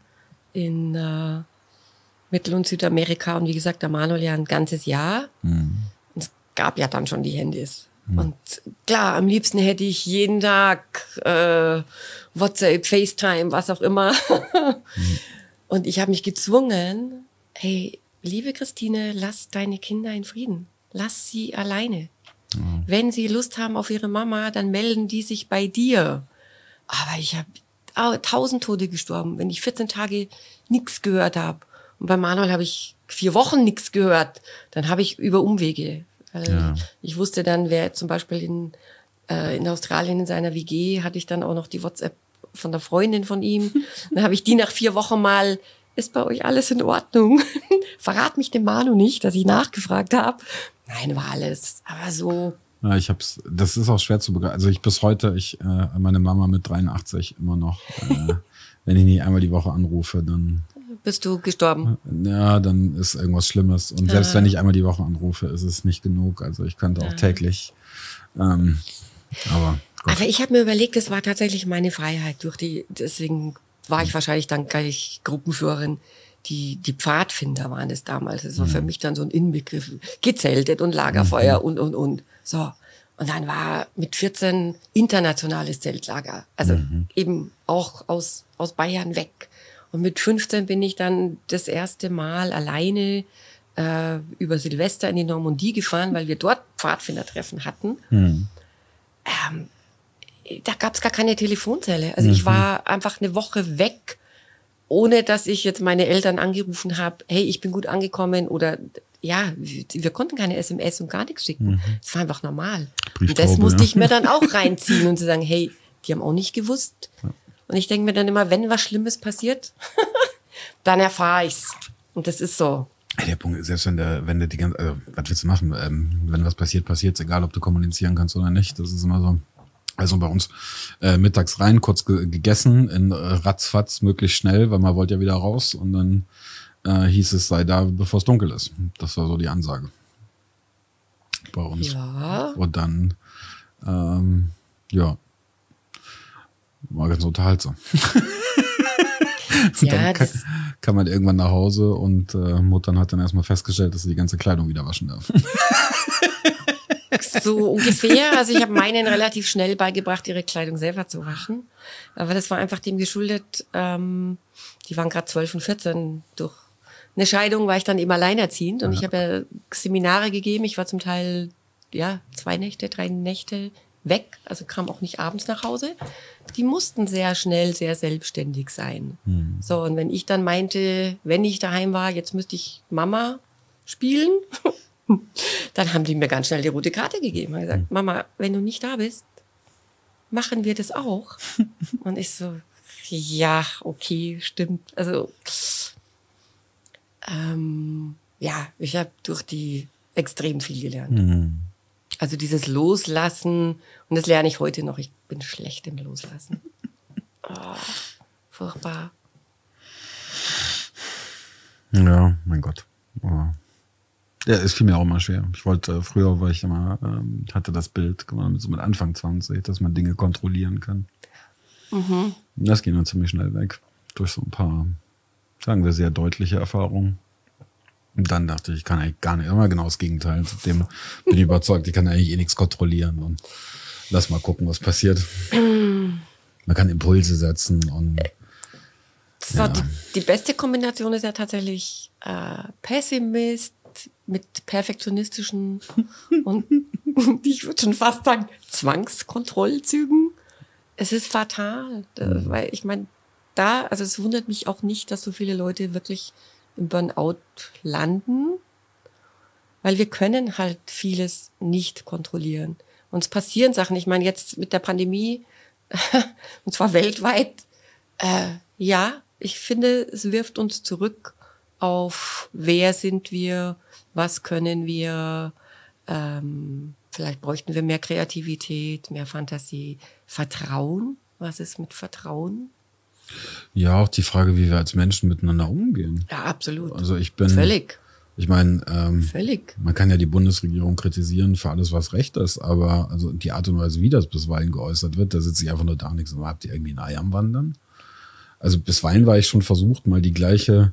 Speaker 2: in äh, Mittel- und Südamerika und wie gesagt, der Manuel ja ein ganzes Jahr. Mhm. Und es gab ja dann schon die Handys. Mhm. Und klar, am liebsten hätte ich jeden Tag äh, WhatsApp, FaceTime, was auch immer. Mhm. Und ich habe mich gezwungen, hey, liebe Christine, lass deine Kinder in Frieden. Lass sie alleine. Mhm. Wenn sie Lust haben auf ihre Mama, dann melden die sich bei dir. Aber ich habe tausend Tote gestorben, wenn ich vierzehn Tage nichts gehört habe. Und bei Manuel habe ich vier Wochen nichts gehört. Dann habe ich über Umwege. Also ja. Ich wusste dann, wer zum Beispiel in, äh, in Australien in seiner W G, hatte ich dann auch noch die WhatsApp von der Freundin von ihm. Dann habe ich die nach vier Wochen mal, ist bei euch alles in Ordnung? Verrat mich dem Manu nicht, dass ich nachgefragt habe. Nein, war alles. Aber so...
Speaker 1: Ja, ich hab's, das ist auch schwer zu begreifen. Also ich bis heute, ich, äh, meine Mama mit dreiundachtzig immer noch, äh, wenn ich nicht einmal die Woche anrufe, dann...
Speaker 2: Bist du gestorben?
Speaker 1: Ja, dann ist irgendwas Schlimmes. Und selbst äh. wenn ich einmal die Woche anrufe, ist es nicht genug. Also ich könnte auch äh. täglich. Ähm, aber Gott.
Speaker 2: Aber ich habe mir überlegt, das war tatsächlich meine Freiheit. Durch die, deswegen war ich wahrscheinlich dann gleich Gruppenführerin. Die, die Pfadfinder waren es damals. Das war mhm. für mich dann so ein Inbegriff. Gezeltet und Lagerfeuer mhm. und, und, und. So. Und dann war mit vierzehn internationales Zeltlager. Also mhm. eben auch aus, aus Bayern weg. Und mit fünfzehn bin ich dann das erste Mal alleine äh, über Silvester in die Normandie gefahren, weil wir dort Pfadfindertreffen hatten. Mhm. Ähm, da gab es gar keine Telefonzelle. Also mhm. ich war einfach eine Woche weg, ohne dass ich jetzt meine Eltern angerufen habe, hey, ich bin gut angekommen oder ja, wir, wir konnten keine S M S und gar nichts schicken. Mhm. Das war einfach normal. Und das musste ja. ich mir dann auch reinziehen und zu sagen, hey, die haben auch nicht gewusst. Ja. Und ich denke mir dann immer, wenn was Schlimmes passiert, dann erfahre ich's. Und das ist so.
Speaker 1: Der Punkt ist, selbst wenn der, wenn der die ganze, also, was willst du machen? Ähm, wenn was passiert, passiert's, egal ob du kommunizieren kannst oder nicht. Das ist immer so. Also bei uns äh, mittags rein, kurz ge- gegessen, in äh, ratzfatz, möglichst schnell, weil man wollte ja wieder raus. Und dann äh, hieß es, sei da, bevor es dunkel ist. Das war so die Ansage bei uns.
Speaker 2: Ja.
Speaker 1: Und dann, ähm, ja, war ganz unterhaltsam.
Speaker 2: Ja,
Speaker 1: dann kann,
Speaker 2: das
Speaker 1: kann man irgendwann nach Hause und äh, Mutter hat dann erstmal festgestellt, dass sie die ganze Kleidung wieder waschen darf.
Speaker 2: So ungefähr. Also ich habe meinen relativ schnell beigebracht, ihre Kleidung selber zu waschen. Aber das war einfach dem geschuldet, ähm, die waren gerade zwölf und vierzehn. Durch eine Scheidung war ich dann eben alleinerziehend. Und ja. ich habe ja Seminare gegeben. Ich war zum Teil ja, zwei Nächte, drei Nächte weg, also kam auch nicht abends nach Hause. Die mussten sehr schnell, sehr selbstständig sein. Mhm. So, und wenn ich dann meinte, wenn ich daheim war, jetzt müsste ich Mama spielen, dann haben die mir ganz schnell die rote Karte gegeben. Und gesagt, mhm. Mama, wenn du nicht da bist, machen wir das auch. Und ich so, ja, okay, stimmt. Also, ähm, ja, ich habe durch die extrem viel gelernt. Mhm. Also dieses Loslassen, und das lerne ich heute noch, ich bin schlecht im Loslassen. Oh, furchtbar.
Speaker 1: Ja, mein Gott. Oh. Ja, es fiel mir auch immer schwer. Ich wollte, früher war ich immer, ähm, hatte das Bild, so mit Anfang zwanzig, dass man Dinge kontrollieren kann. Mhm. Das ging dann ziemlich schnell weg. Durch so ein paar, sagen wir, sehr deutliche Erfahrungen. Und dann dachte ich, ich kann eigentlich gar nicht, immer genau das Gegenteil. Seitdem bin ich überzeugt, ich kann eigentlich eh nichts kontrollieren. Und lass mal gucken, was passiert. Man kann Impulse setzen und
Speaker 2: so, ja. die, die beste Kombination ist ja tatsächlich äh, Pessimist mit perfektionistischen und ich würde schon fast sagen Zwangskontrollzügen. Es ist fatal, mhm. weil ich meine, da, also es wundert mich auch nicht, dass so viele Leute wirklich im Burnout landen, weil wir können halt vieles nicht kontrollieren. Uns passieren Sachen. Ich meine, jetzt mit der Pandemie, und zwar weltweit, äh, ja, ich finde, es wirft uns zurück auf, wer sind wir, was können wir, ähm, vielleicht bräuchten wir mehr Kreativität, mehr Fantasie, Vertrauen. Was ist mit Vertrauen?
Speaker 1: Ja, auch die Frage, wie wir als Menschen miteinander umgehen.
Speaker 2: Ja, absolut.
Speaker 1: Also ich bin...
Speaker 2: Völlig.
Speaker 1: Ich meine, ähm,
Speaker 2: Völlig.
Speaker 1: Man kann ja die Bundesregierung kritisieren für alles, was recht ist, aber also die Art und Weise, wie das bisweilen geäußert wird, da sitze ich einfach nur da und nichts. Habt ihr irgendwie ein Ei am Wandern? Also bisweilen war ich schon versucht, mal die gleiche...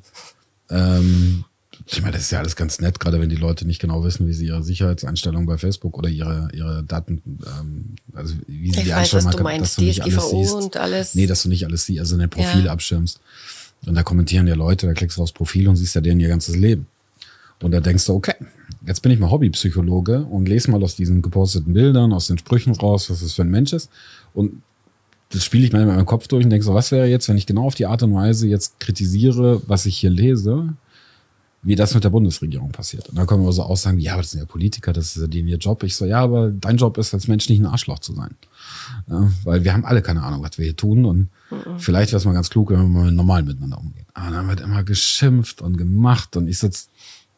Speaker 1: Ähm, ich meine, das ist ja alles ganz nett, gerade wenn die Leute nicht genau wissen, wie sie ihre Sicherheitseinstellungen bei Facebook oder ihre ihre Daten, ähm, also wie sie
Speaker 2: ich
Speaker 1: die
Speaker 2: weiß,
Speaker 1: einstellen,
Speaker 2: was du
Speaker 1: kann,
Speaker 2: meinst,
Speaker 1: dass du nicht alles siehst.
Speaker 2: Und alles.
Speaker 1: Nee, dass du nicht alles siehst, also dein Profil ja. abschirmst. Und da kommentieren ja Leute, da klickst du aufs Profil und siehst ja denen ihr ganzes Leben. Und da denkst du, okay, jetzt bin ich mal Hobbypsychologe und lese mal aus diesen geposteten Bildern, aus den Sprüchen raus, was das für ein Mensch ist. Und das spiele ich mal in meinem Kopf durch und denke so, was wäre jetzt, wenn ich genau auf die Art und Weise jetzt kritisiere, was ich hier lese, wie das mit der Bundesregierung passiert. Und dann können wir so auch sagen, ja, aber das sind ja Politiker, das ist ja denen ihr Job. Ich so, ja, aber dein Job ist als Mensch nicht ein Arschloch zu sein. Ja, weil wir haben alle keine Ahnung, was wir hier tun. Und mhm. vielleicht wäre es mal ganz klug, wenn wir mal normal miteinander umgehen. Aber dann wird immer geschimpft und gemacht. Und ich sitze,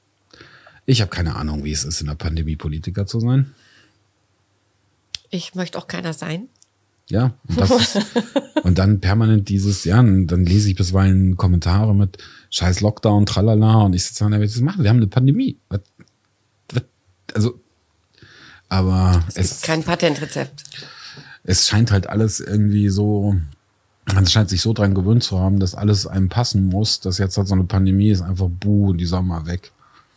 Speaker 1: ich habe keine Ahnung, wie es ist, in der Pandemie Politiker zu sein.
Speaker 2: Ich möchte auch keiner sein.
Speaker 1: Ja, und, das ist, und dann permanent dieses, ja, dann lese ich bisweilen Kommentare mit scheiß Lockdown, tralala, und ich sitze da, was machen? Wir haben eine Pandemie. Was, was, also, aber
Speaker 2: es gibt es, kein Patentrezept.
Speaker 1: Es scheint halt alles irgendwie so, man scheint sich so dran gewöhnt zu haben, dass alles einem passen muss, dass jetzt halt so eine Pandemie ist, einfach buh, die soll mal weg.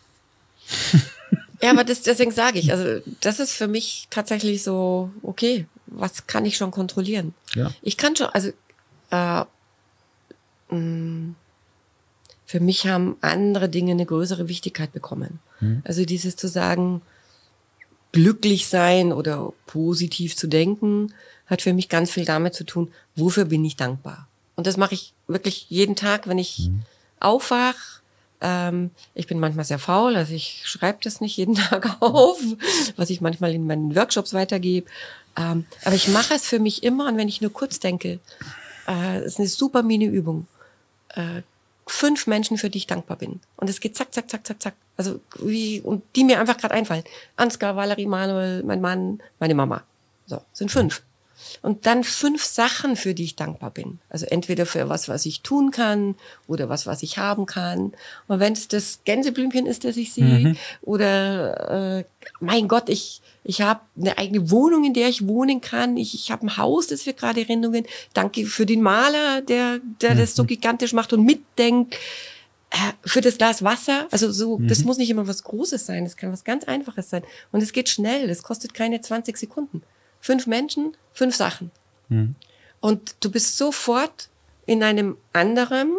Speaker 2: Ja, aber das, deswegen sage ich, also das ist für mich tatsächlich so, okay, was kann ich schon kontrollieren?
Speaker 1: Ja.
Speaker 2: Ich kann schon, also äh, mh, für mich haben andere Dinge eine größere Wichtigkeit bekommen. Hm. Also dieses zu sagen, glücklich sein oder positiv zu denken, hat für mich ganz viel damit zu tun, wofür bin ich dankbar? Und das mache ich wirklich jeden Tag, wenn ich hm. aufwache. Ähm, ich bin manchmal sehr faul, also ich schreibe das nicht jeden Tag auf, was ich manchmal in meinen Workshops weitergebe. Ähm, aber ich mache es für mich immer, und wenn ich nur kurz denke, äh, ist eine super Mini-Übung. Äh, fünf Menschen, für die ich dankbar bin. Und es geht zack, zack, zack, zack, zack. Also wie, und die mir einfach gerade einfallen. Ansgar, Valerie, Manuel, mein Mann, meine Mama. So, sind fünf. Und dann fünf Sachen, für die ich dankbar bin. Also entweder für was, was ich tun kann, oder was, was ich haben kann. Und wenn es das Gänseblümchen ist, das ich sehe, mhm. oder äh, mein Gott, ich ich habe eine eigene Wohnung, in der ich wohnen kann. Ich, ich habe ein Haus, das wir gerade renovieren. Danke für den Maler, der der mhm. das so gigantisch macht und mitdenkt. Äh, für das Glas Wasser. Also so, mhm. das muss nicht immer was Großes sein. Das kann was ganz Einfaches sein. Und es geht schnell. Das kostet keine zwanzig Sekunden. Fünf Menschen, fünf Sachen. Mhm. Und du bist sofort in einem anderen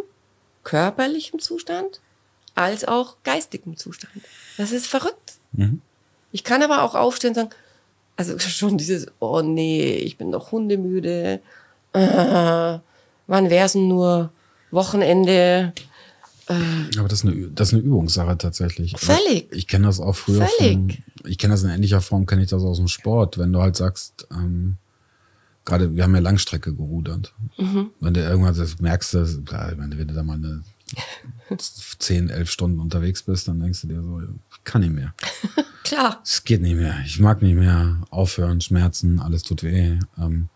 Speaker 2: körperlichen Zustand als auch geistigen Zustand. Das ist verrückt.
Speaker 1: Mhm.
Speaker 2: Ich kann aber auch aufstehen und sagen, also schon dieses, oh nee, ich bin doch hundemüde. Äh, wann wär's denn nur Wochenende? Äh,
Speaker 1: aber das ist, eine, das ist eine Übungssache tatsächlich.
Speaker 2: Völlig.
Speaker 1: Ich kenne das auch früher.
Speaker 2: Völlig.
Speaker 1: Von, ich kenne das in ähnlicher Form, kenne ich das aus dem Sport. Wenn du halt sagst, ähm, gerade, wir haben ja Langstrecke gerudert. Mhm. Wenn du irgendwann das merkst, dass, wenn du da mal eine zehn, elf Stunden unterwegs bist, dann denkst du dir so, ich kann nicht mehr.
Speaker 2: Klar.
Speaker 1: Es geht nicht mehr. Ich mag nicht mehr aufhören, Schmerzen, alles tut weh. Ähm,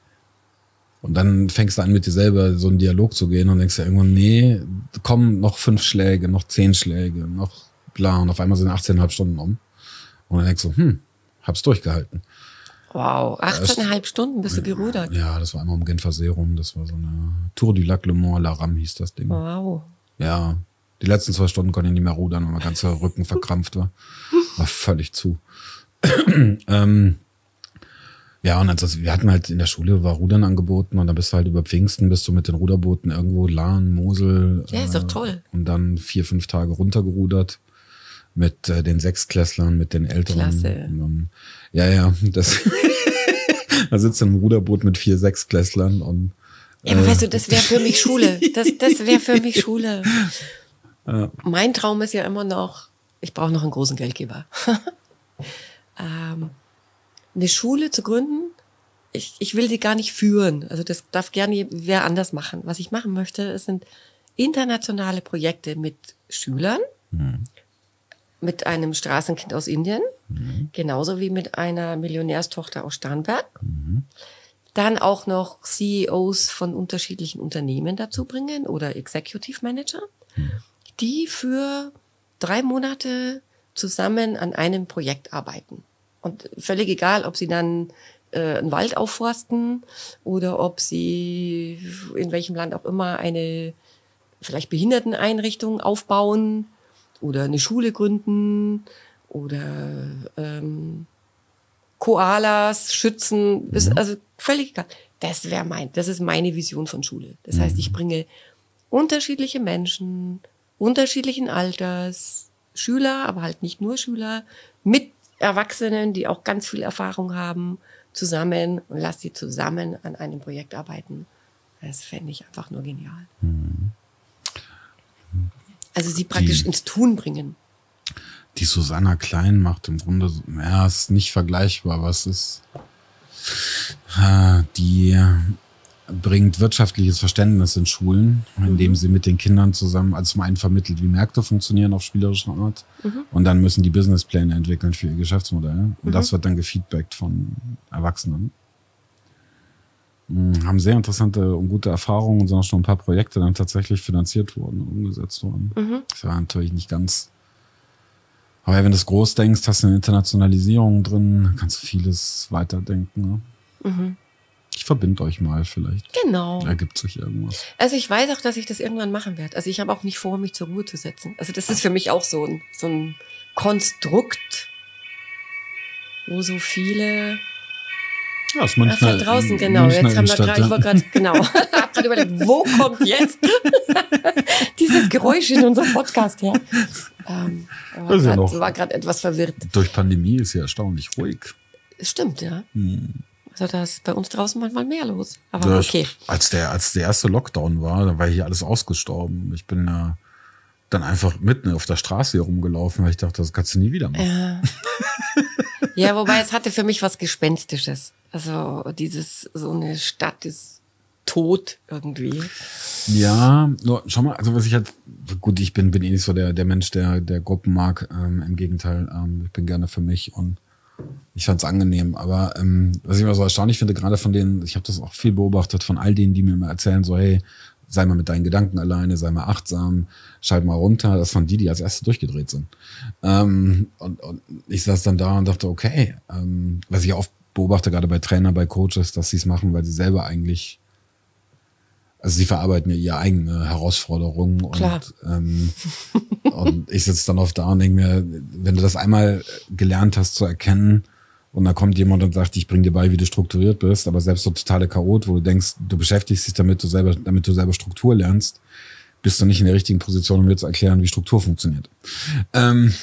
Speaker 1: und dann fängst du an, mit dir selber so einen Dialog zu gehen und denkst dir irgendwann, nee, kommen noch fünf Schläge, noch zehn Schläge, noch bla. Und auf einmal sind achtzehn Komma fünf Stunden um. Und dann denkst du, hm, hab's durchgehalten.
Speaker 2: Wow, achtzehn Komma fünf Stunden bist du gerudert.
Speaker 1: Ja, das war einmal um Genfer Serum. Das war so eine Tour du Lac Le Mans, La Ram hieß das Ding.
Speaker 2: Wow.
Speaker 1: Ja, die letzten zwei Stunden konnte ich nicht mehr rudern, weil mein ganzer Rücken verkrampft war. War völlig zu. ähm, ja, und also wir hatten halt in der Schule war Rudern angeboten und dann bist du halt über Pfingsten, bist du mit den Ruderbooten irgendwo Lahn, Mosel.
Speaker 2: Ja, ist doch toll.
Speaker 1: Äh, und dann vier, fünf Tage runtergerudert mit äh, den Sechsklässlern, mit den Älteren.
Speaker 2: Klasse.
Speaker 1: Und dann, ja, ja, das da sitzt du im Ruderboot mit vier Sechsklässlern und
Speaker 2: ja, aber weißt du, das wäre für mich Schule. Das, das wäre für mich Schule. Ja. Mein Traum ist ja immer noch, ich brauche noch einen großen Geldgeber. ähm, eine Schule zu gründen, ich, ich will sie gar nicht führen. Also das darf gerne wer anders machen. Was ich machen möchte, es sind internationale Projekte mit Schülern, mhm. mit einem Straßenkind aus Indien, mhm. genauso wie mit einer Millionärstochter aus Starnberg. Mhm. Dann auch noch C E Os von unterschiedlichen Unternehmen dazu bringen oder Executive Manager, mhm. die für drei Monate zusammen an einem Projekt arbeiten. Und völlig egal, ob sie dann äh, einen Wald aufforsten oder ob sie in welchem Land auch immer eine vielleicht Behinderteneinrichtung aufbauen oder eine Schule gründen oder ähm, Koalas schützen, mhm. also völlig egal. Das wäre mein, das ist meine Vision von Schule. Das mhm. heißt, ich bringe unterschiedliche Menschen, unterschiedlichen Alters, Schüler, aber halt nicht nur Schüler, mit Erwachsenen, die auch ganz viel Erfahrung haben, zusammen und lasse sie zusammen an einem Projekt arbeiten. Das fände ich einfach nur genial. Mhm. Also sie praktisch die, ins Tun bringen.
Speaker 1: Die Susanna Klein macht im Grunde, ja, ist nicht vergleichbar, was ist, die bringt wirtschaftliches Verständnis in Schulen, indem mhm. sie mit den Kindern zusammen, also zum einen vermittelt, wie Märkte funktionieren auf spielerische Art, mhm. und dann müssen die Businesspläne entwickeln für ihr Geschäftsmodell. Und mhm. das wird dann gefeedbackt von Erwachsenen. Haben sehr interessante und gute Erfahrungen und sind auch schon ein paar Projekte dann tatsächlich finanziert worden und umgesetzt worden. Mhm. Das war natürlich nicht ganz. Aber wenn du es groß denkst, hast du eine Internationalisierung drin, kannst du vieles weiterdenken. Ne? Mhm. Ich verbinde euch mal vielleicht.
Speaker 2: Genau.
Speaker 1: Ergibt sich irgendwas.
Speaker 2: Also ich weiß auch, dass ich das irgendwann machen werde. Also ich habe auch nicht vor, mich zur Ruhe zu setzen. Also das ist für mich auch so ein, so ein Konstrukt, wo so viele...
Speaker 1: Ja, das Münchner,
Speaker 2: ja, draußen, genau.
Speaker 1: Münchner
Speaker 2: jetzt haben wir gerade, ich war gerade, genau, hab gerade überlegt, wo kommt jetzt dieses Geräusch in unserem Podcast her? Ähm, war
Speaker 1: ja
Speaker 2: grad, war gerade etwas verwirrt.
Speaker 1: Durch Pandemie ist ja erstaunlich ruhig.
Speaker 2: Stimmt, ja. Hm. Also da ist bei uns draußen manchmal mehr los. Aber
Speaker 1: das,
Speaker 2: okay.
Speaker 1: Als der, als der erste Lockdown war, da war hier alles ausgestorben. Ich bin ja dann einfach mitten auf der Straße hier rumgelaufen, weil ich dachte, das kannst du nie wieder machen.
Speaker 2: Ja, ja, wobei es hatte für mich was Gespenstisches. Also dieses, so eine Stadt ist tot irgendwie.
Speaker 1: Ja, nur, schau mal, also was ich halt, gut, ich bin, bin eh nicht so der, der Mensch, der, der Gruppen mag. Ähm, Im Gegenteil, ähm, ich bin gerne für mich und ich fand's angenehm. Aber ähm, was ich immer so erstaunlich finde, gerade von denen, ich habe das auch viel beobachtet, von all denen, die mir immer erzählen, so hey, sei mal mit deinen Gedanken alleine, sei mal achtsam, schalt mal runter. Das waren die, die als erste durchgedreht sind. Ähm, und, und ich saß dann da und dachte, okay, ähm, was ich oft beobachte, gerade bei Trainern, bei Coaches, dass sie es machen, weil sie selber eigentlich, also sie verarbeiten ja ihre eigene Herausforderungen.
Speaker 2: Klar.
Speaker 1: Und, ähm, und ich sitze dann oft da und denke mir, wenn du das einmal gelernt hast zu erkennen und dann kommt jemand und sagt, ich bring dir bei, wie du strukturiert bist, aber selbst so totale Chaot, wo du denkst, du beschäftigst dich damit, du selber, damit du selber Struktur lernst, bist du nicht in der richtigen Position, um mir zu erklären, wie Struktur funktioniert. Ähm,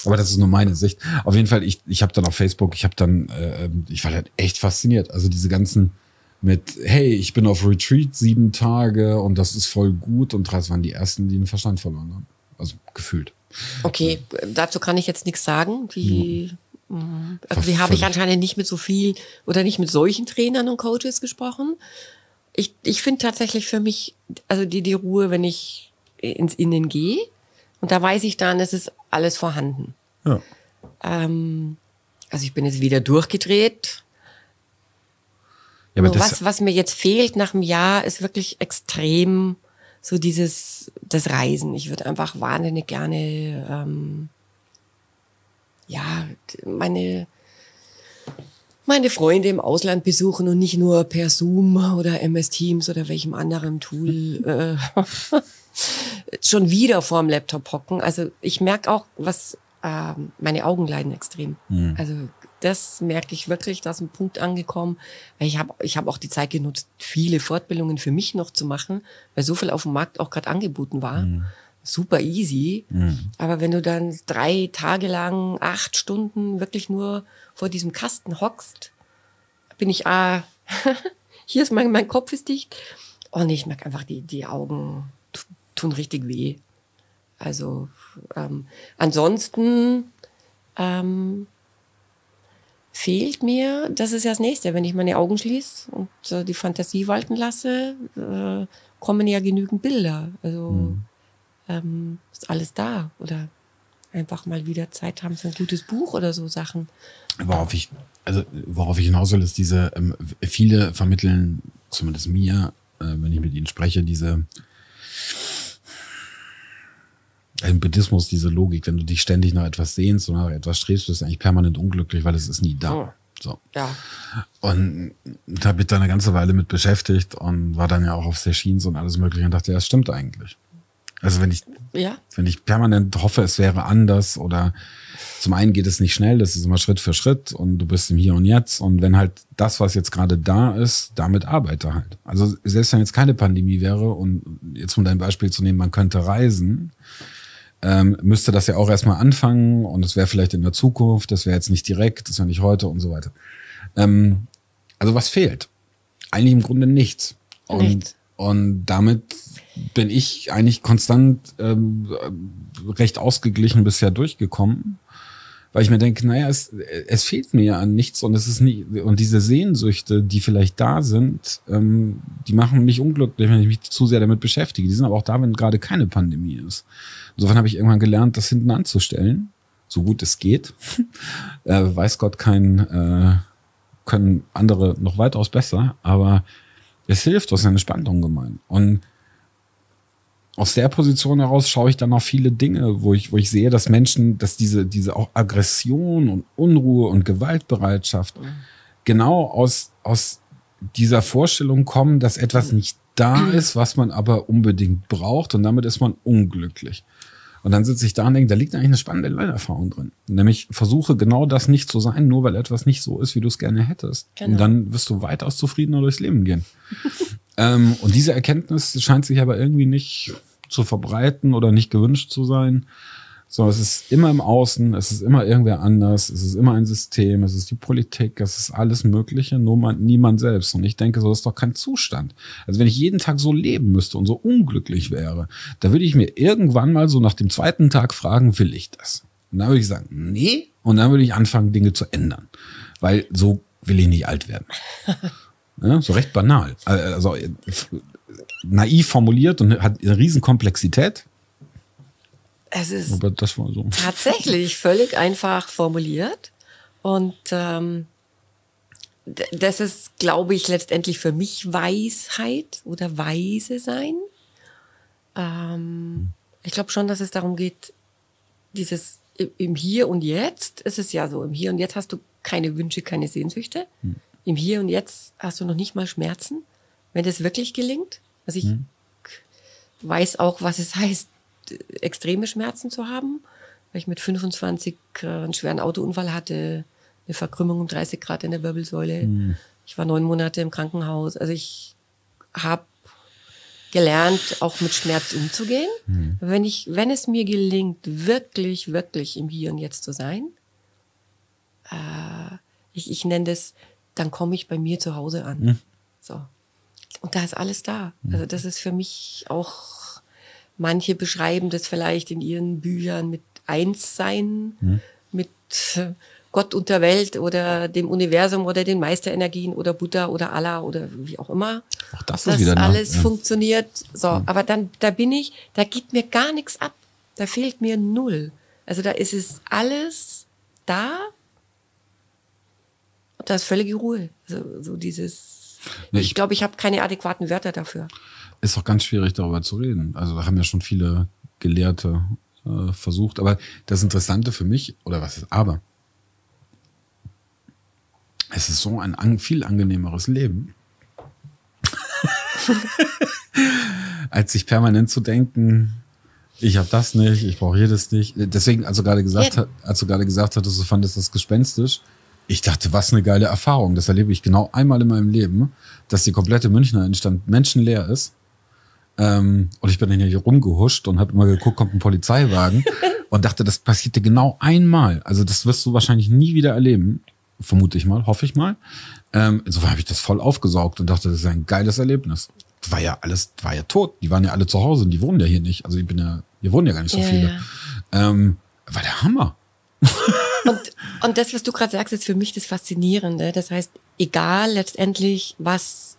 Speaker 1: Aber das ist nur meine Sicht. Auf jeden Fall, ich, ich habe dann auf Facebook, ich habe dann, äh, ich war halt echt fasziniert. Also diese ganzen mit, hey, ich bin auf Retreat sieben Tage und das ist voll gut. Und das waren die ersten, die den Verstand verloren haben. Also gefühlt.
Speaker 2: Okay, dazu kann ich jetzt nichts sagen. Die, hm. also die habe ich anscheinend nicht mit so viel oder nicht mit solchen Trainern und Coaches gesprochen. Ich, ich finde tatsächlich für mich, also die, die Ruhe, wenn ich ins Innen gehe, und da weiß ich dann, es ist alles vorhanden.
Speaker 1: Ja.
Speaker 2: Ähm, also ich bin jetzt wieder durchgedreht.
Speaker 1: Ja, aber
Speaker 2: Nur
Speaker 1: das,
Speaker 2: was, was mir jetzt fehlt nach einem Jahr, ist wirklich extrem so dieses, das Reisen. Ich würde einfach wahnsinnig gerne, ähm, ja, meine, meine Freunde im Ausland besuchen und nicht nur per Zoom oder M S Teams oder welchem anderen Tool äh, schon wieder vorm Laptop hocken. Also ich merke auch, was äh, meine Augen leiden extrem. Mhm. Also das merke ich wirklich, da ist ein Punkt angekommen. Ich habe ich hab auch die Zeit genutzt, viele Fortbildungen für mich noch zu machen, weil so viel auf dem Markt auch gerade angeboten war. Mhm. Super easy. Mhm. Aber wenn du dann drei Tage lang, acht Stunden wirklich nur vor diesem Kasten hockst, bin ich, ah, hier ist mein, mein Kopf ist dicht. Und ich merke einfach, die, die Augen tun richtig weh. Also ähm, ansonsten ähm, fehlt mir, das ist ja das Nächste, wenn ich meine Augen schließe und äh, die Fantasie walten lasse, äh, kommen ja genügend Bilder. Also mhm. ähm, ist alles da. Oder einfach mal wieder Zeit haben für ein gutes Buch oder so Sachen.
Speaker 1: Worauf ich, also worauf ich hinaus will, ist diese, ähm, viele vermitteln, zumindest mir, äh, wenn ich mit ihnen spreche, diese im Buddhismus, diese Logik, wenn du dich ständig nach etwas sehnst und nach etwas strebst, bist du eigentlich permanent unglücklich, weil es ist nie da. Oh. So.
Speaker 2: Ja.
Speaker 1: Und da habe ich da eine ganze Weile mit beschäftigt und war dann ja auch auf Sessions und alles mögliche und dachte, ja, das stimmt eigentlich. Also wenn ich,
Speaker 2: ja.
Speaker 1: wenn ich permanent hoffe, es wäre anders oder zum einen geht es nicht schnell, das ist immer Schritt für Schritt und du bist im Hier und Jetzt und wenn halt das, was jetzt gerade da ist, damit arbeite halt. Also selbst wenn jetzt keine Pandemie wäre und jetzt um dein Beispiel zu nehmen, man könnte reisen, ähm, müsste das ja auch erstmal anfangen und es wäre vielleicht in der Zukunft, das wäre jetzt nicht direkt, das wäre nicht heute und so weiter. Ähm, also was fehlt? Eigentlich im Grunde nichts. Und, nichts. Und damit bin ich eigentlich konstant ähm, recht ausgeglichen bisher durchgekommen, weil ich mir denke, naja, es, es fehlt mir ja an nichts und es ist nicht, und diese Sehnsüchte, die vielleicht da sind, ähm, die machen mich unglücklich, wenn ich mich zu sehr damit beschäftige. Die sind aber auch da, wenn gerade keine Pandemie ist. Insofern habe ich irgendwann gelernt, das hinten anzustellen, so gut es geht. äh, weiß Gott, kein, äh, können andere noch weitaus besser, aber es hilft, das ist eine Spannung gemein. Und aus der Position heraus schaue ich dann auf viele Dinge, wo ich, wo ich sehe, dass Menschen, dass diese, diese auch Aggression und Unruhe und Gewaltbereitschaft mhm. genau aus, aus dieser Vorstellung kommen, dass etwas nicht da ist, was man aber unbedingt braucht und damit ist man unglücklich. Und dann sitze ich da und denke, da liegt eigentlich eine spannende Lernerfahrung drin. Nämlich versuche genau das nicht zu sein, nur weil etwas nicht so ist, wie du es gerne hättest. Genau. Und dann wirst du weitaus zufriedener durchs Leben gehen. ähm, und diese Erkenntnis scheint sich aber irgendwie nicht zu verbreiten oder nicht gewünscht zu sein. So, es ist immer im Außen, es ist immer irgendwer anders, es ist immer ein System, es ist die Politik, es ist alles Mögliche, nur man, niemand selbst. Und ich denke, so ist doch kein Zustand. Also wenn ich jeden Tag so leben müsste und so unglücklich wäre, da würde ich mir irgendwann mal so nach dem zweiten Tag fragen, will ich das? Und dann würde ich sagen, nee. Und dann würde ich anfangen, Dinge zu ändern. Weil so will ich nicht alt werden. Ja, so recht banal. Also naiv formuliert und hat eine riesen Komplexität.
Speaker 2: Es ist
Speaker 1: Aber das war so.
Speaker 2: Tatsächlich völlig einfach formuliert. Und ähm, das ist, glaube ich, letztendlich für mich Weisheit oder weise sein. Ähm, ich glaube schon, dass es darum geht, dieses im Hier und Jetzt ist es ja so. Im Hier und Jetzt hast du keine Wünsche, keine Sehnsüchte. Hm. Im Hier und Jetzt hast du noch nicht mal Schmerzen, wenn das wirklich gelingt. Also ich hm. weiß auch, was es heißt, extreme Schmerzen zu haben, weil ich mit fünfundzwanzig äh, einen schweren Autounfall hatte, eine Verkrümmung um dreißig Grad in der Wirbelsäule. Mhm. Ich war neun Monate im Krankenhaus. Also ich habe gelernt, auch mit Schmerz umzugehen. Mhm. Wenn ich, wenn es mir gelingt, wirklich, wirklich im Hier und Jetzt zu sein, äh, ich, ich nenne das, dann komme ich bei mir zu Hause an. Mhm. So. Und da ist alles da. Mhm. Also das ist für mich auch, manche beschreiben das vielleicht in ihren Büchern mit Einssein, mhm. mit Gott und der Welt oder dem Universum oder den Meisterenergien oder Buddha oder Allah oder wie auch immer.
Speaker 1: Auch das
Speaker 2: ist
Speaker 1: wieder
Speaker 2: alles
Speaker 1: nah, ja.
Speaker 2: funktioniert. So, ja. Aber dann, da bin ich, da geht mir gar nichts ab. Da fehlt mir null. Also da ist es alles da und da ist völlige Ruhe. Also, so dieses, nee, ich glaube, ich habe keine adäquaten Wörter dafür.
Speaker 1: Ist auch ganz schwierig, darüber zu reden. Also da haben ja schon viele Gelehrte äh, versucht. Aber das Interessante für mich, oder was ist aber? Es ist so ein an, viel angenehmeres Leben, als sich permanent zu denken, ich habe das nicht, ich brauche hier das nicht. Deswegen, als du gerade gesagt, ja. als du gerade gesagt hattest, du fandest das gespenstisch, ich dachte, was eine geile Erfahrung. Das erlebe ich genau einmal in meinem Leben, dass die komplette Münchner Innenstadt menschenleer ist. Ähm, und ich bin dann hier rumgehuscht und habe immer geguckt, kommt ein Polizeiwagen und dachte, das passierte genau einmal. Also das wirst du wahrscheinlich nie wieder erleben. Vermute ich mal, hoffe ich mal. Ähm, insofern habe ich das voll aufgesaugt und dachte, das ist ein geiles Erlebnis. Das war ja alles, war ja tot. Die waren ja alle zu Hause und die wohnen ja hier nicht. Also ich bin ja, hier wohnen ja gar nicht so ja, viele. Ja. Ähm, war der Hammer.
Speaker 2: Und, und das, was du gerade sagst, ist für mich das Faszinierende. Das heißt, egal letztendlich, was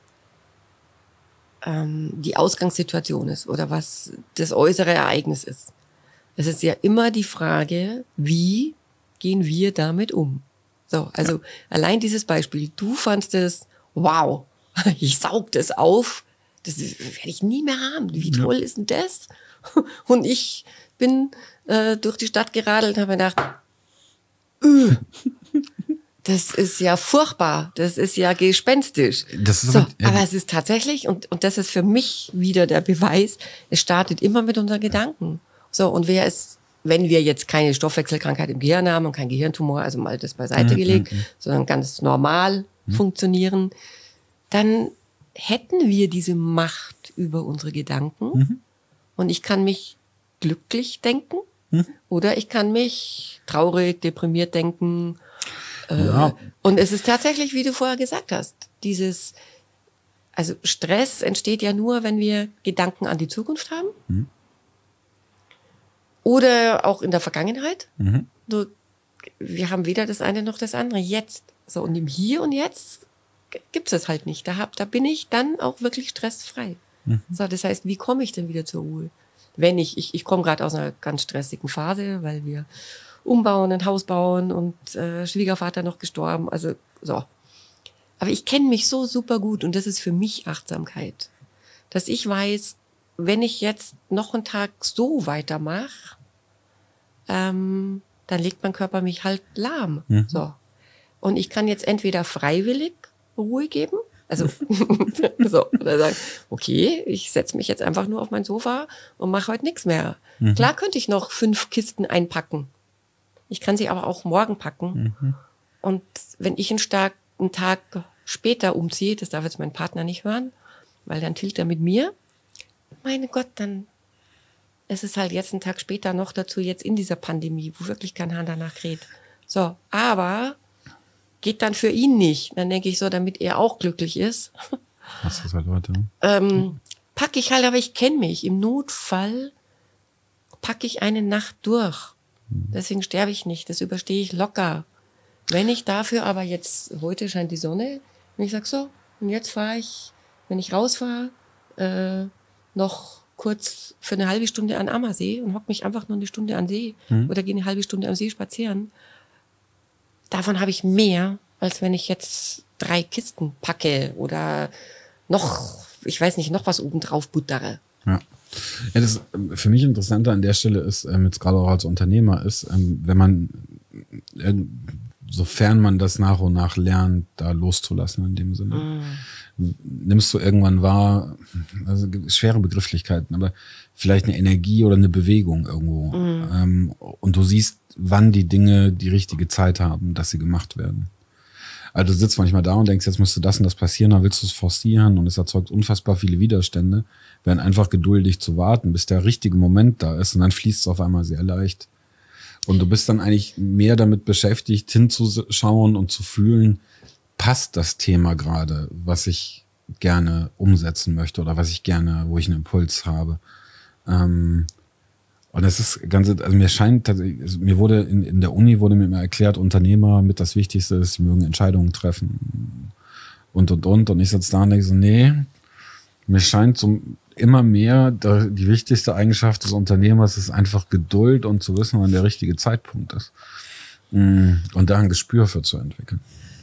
Speaker 2: ähm, die Ausgangssituation ist oder was das äußere Ereignis ist. Es ist ja immer die Frage, wie gehen wir damit um? So, also ja. allein dieses Beispiel, du fandst es, wow, ich saug das auf, das werde ich nie mehr haben. Wie toll ja. ist denn das? Und ich bin äh, durch die Stadt geradelt und habe mir gedacht, öh, das ist ja furchtbar, das ist ja gespenstisch. Das ist so, aber, ja. aber es ist tatsächlich, und, und das ist für mich wieder der Beweis, es startet immer mit unseren Gedanken. So, und wer ist wenn wir jetzt keine Stoffwechselkrankheit im Gehirn haben und kein Gehirntumor, also mal das beiseite gelegt, mhm. sondern ganz normal mhm. funktionieren, dann hätten wir diese Macht über unsere Gedanken mhm. und ich kann mich glücklich denken mhm. oder ich kann mich traurig, deprimiert denken. Äh, ja. Und es ist tatsächlich, wie du vorher gesagt hast, dieses, also Stress entsteht ja nur, wenn wir Gedanken an die Zukunft haben. Mhm. Oder auch in der Vergangenheit. Mhm. Nur, wir haben weder das eine noch das andere jetzt. So, und im Hier und Jetzt gibt es halt nicht. Da, hab, da bin ich dann auch wirklich stressfrei. Mhm. So, das heißt, wie komme ich denn wieder zur Ruhe? Wenn ich, ich, ich komme gerade aus einer ganz stressigen Phase, weil wir umbauen, ein Haus bauen und äh, Schwiegervater noch gestorben. Also, so. Aber ich kenne mich so super gut und das ist für mich Achtsamkeit. Dass ich weiß, wenn ich jetzt noch einen Tag so weitermache, ähm, dann legt mein Körper mich halt lahm. Mhm. So. Und ich kann jetzt entweder freiwillig Ruhe geben, also so, oder sagen, okay, ich setze mich jetzt einfach nur auf mein Sofa und mache heute nichts mehr. Mhm. Klar könnte ich noch fünf Kisten einpacken. Ich kann sie aber auch morgen packen. Mhm. Und wenn ich einen, stark, einen Tag später umziehe, das darf jetzt mein Partner nicht hören, weil dann tilt er mit mir. Mein Gott, dann ist es halt jetzt einen Tag später noch dazu, jetzt in dieser Pandemie, wo wirklich kein Hahn danach kräht. So, aber geht dann für ihn nicht. Dann denke ich so, damit er auch glücklich ist,
Speaker 1: was ist halt heute?
Speaker 2: ähm, packe ich halt, aber ich kenne mich. Im Notfall packe ich eine Nacht durch. Deswegen sterbe ich nicht, das überstehe ich locker. Wenn ich dafür aber jetzt, heute scheint die Sonne, und ich sage so, und jetzt fahre ich, wenn ich rausfahre, äh, noch kurz für eine halbe Stunde an Ammersee und hock mich einfach nur eine Stunde an See mhm. oder gehe eine halbe Stunde am See spazieren. Davon habe ich mehr, als wenn ich jetzt drei Kisten packe oder noch, ich weiß nicht, noch was oben drauf buttere.
Speaker 1: Ja. Ja, das für mich Interessante an der Stelle ist, ähm, jetzt gerade auch als Unternehmer, ist, ähm, wenn man, äh, sofern man das nach und nach lernt, da loszulassen in dem Sinne. Mm. Nimmst du irgendwann wahr, also schwere Begrifflichkeiten, aber vielleicht eine Energie oder eine Bewegung irgendwo. Mm. Ähm, und du siehst, wann die Dinge die richtige Zeit haben, dass sie gemacht werden. Also du sitzt manchmal da und denkst, jetzt müsste das und das passieren, dann willst du es forcieren und es erzeugt unfassbar viele Widerstände, während einfach geduldig zu warten, bis der richtige Moment da ist und dann fließt es auf einmal sehr leicht. Und du bist dann eigentlich mehr damit beschäftigt, hinzuschauen und zu fühlen, passt das Thema gerade, was ich gerne umsetzen möchte oder was ich gerne, wo ich einen Impuls habe. Ähm, und es ist ganz, also mir scheint, mir wurde in, in der Uni wurde mir immer erklärt, Unternehmer mit das Wichtigste ist, sie mögen Entscheidungen treffen und, und, und. Und ich sitze da und denke so, nee, mir scheint so immer mehr, die wichtigste Eigenschaft des Unternehmers ist einfach Geduld und zu wissen, wann der richtige Zeitpunkt ist. Und da ein Gespür für zu entwickeln.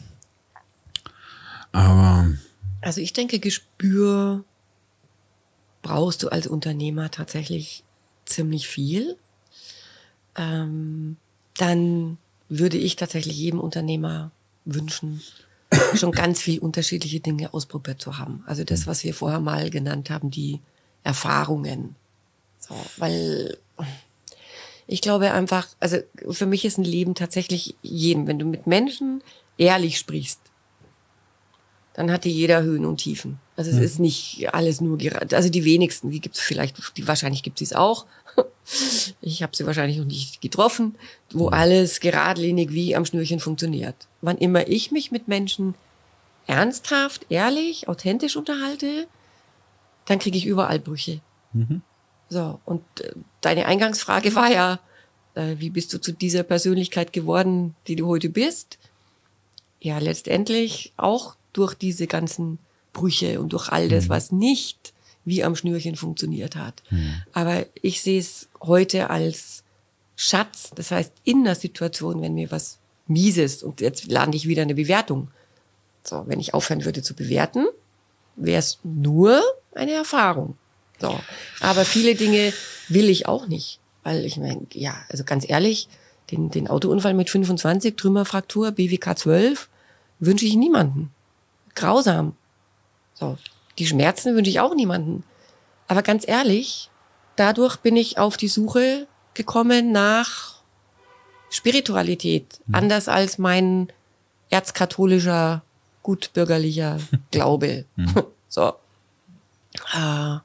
Speaker 1: Aber
Speaker 2: also ich denke, Gespür brauchst du als Unternehmer tatsächlich ziemlich viel. Ähm, dann würde ich tatsächlich jedem Unternehmer wünschen, schon ganz viel unterschiedliche Dinge ausprobiert zu haben. Also das, was wir vorher mal genannt haben, die Erfahrungen. So, weil ich glaube einfach, also für mich ist ein Leben tatsächlich jedem, wenn du mit Menschen ehrlich sprichst, dann hatte jeder Höhen und Tiefen. Also es ja. ist nicht alles nur gerade, also die wenigsten, die gibt es vielleicht, die wahrscheinlich gibt es auch. Ich habe sie wahrscheinlich noch nicht getroffen, wo alles geradlinig wie am Schnürchen funktioniert. Wann immer ich mich mit Menschen ernsthaft, ehrlich, authentisch unterhalte, dann kriege ich überall Brüche. Mhm. So, und äh, deine Eingangsfrage war ja, äh, wie bist du zu dieser Persönlichkeit geworden, die du heute bist? Ja, letztendlich auch durch diese ganzen Brüche und durch all das, mhm. was nicht wie am Schnürchen funktioniert hat. Mhm. Aber ich sehe es heute als Schatz. Das heißt, in der Situation, wenn mir was Mieses und jetzt lande ich wieder eine Bewertung. So, wenn ich aufhören würde zu bewerten, wäre es nur eine Erfahrung. So, aber viele Dinge will ich auch nicht, weil ich meine, ja, also ganz ehrlich, den, den Autounfall mit fünfundzwanzig, Trümmerfraktur, B W K zwölf, wünsche ich niemanden. Grausam. So, die Schmerzen wünsche ich auch niemanden. Aber ganz ehrlich, dadurch bin ich auf die Suche gekommen nach Spiritualität. Mhm. Anders als mein erzkatholischer, gutbürgerlicher Glaube. Mhm. So. Äh,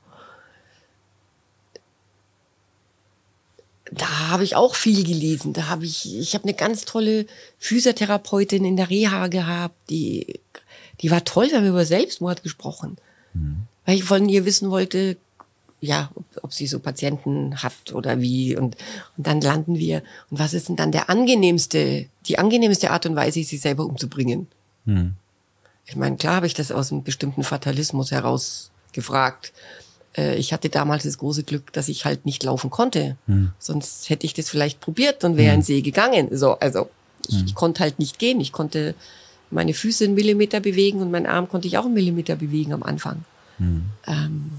Speaker 2: da habe ich auch viel gelesen. Da habe ich, ich habe eine ganz tolle Physiotherapeutin in der Reha gehabt, die, die war toll, wir haben über Selbstmord gesprochen. Mhm. Weil ich von ihr wissen wollte, ja, ob, ob sie so Patienten hat oder wie. Und, und dann landen wir. Und was ist denn dann der angenehmste, die angenehmste Art und Weise, sich selber umzubringen? Mhm. Ich meine, klar habe ich das aus einem bestimmten Fatalismus heraus gefragt. Äh, ich hatte damals das große Glück, dass ich halt nicht laufen konnte. Mhm. Sonst hätte ich das vielleicht probiert und wäre mhm. in den See gegangen. So, also ich, mhm. ich konnte halt nicht gehen. Ich konnte meine Füße einen Millimeter bewegen und meinen Arm konnte ich auch einen Millimeter bewegen am Anfang. Mhm. Ähm,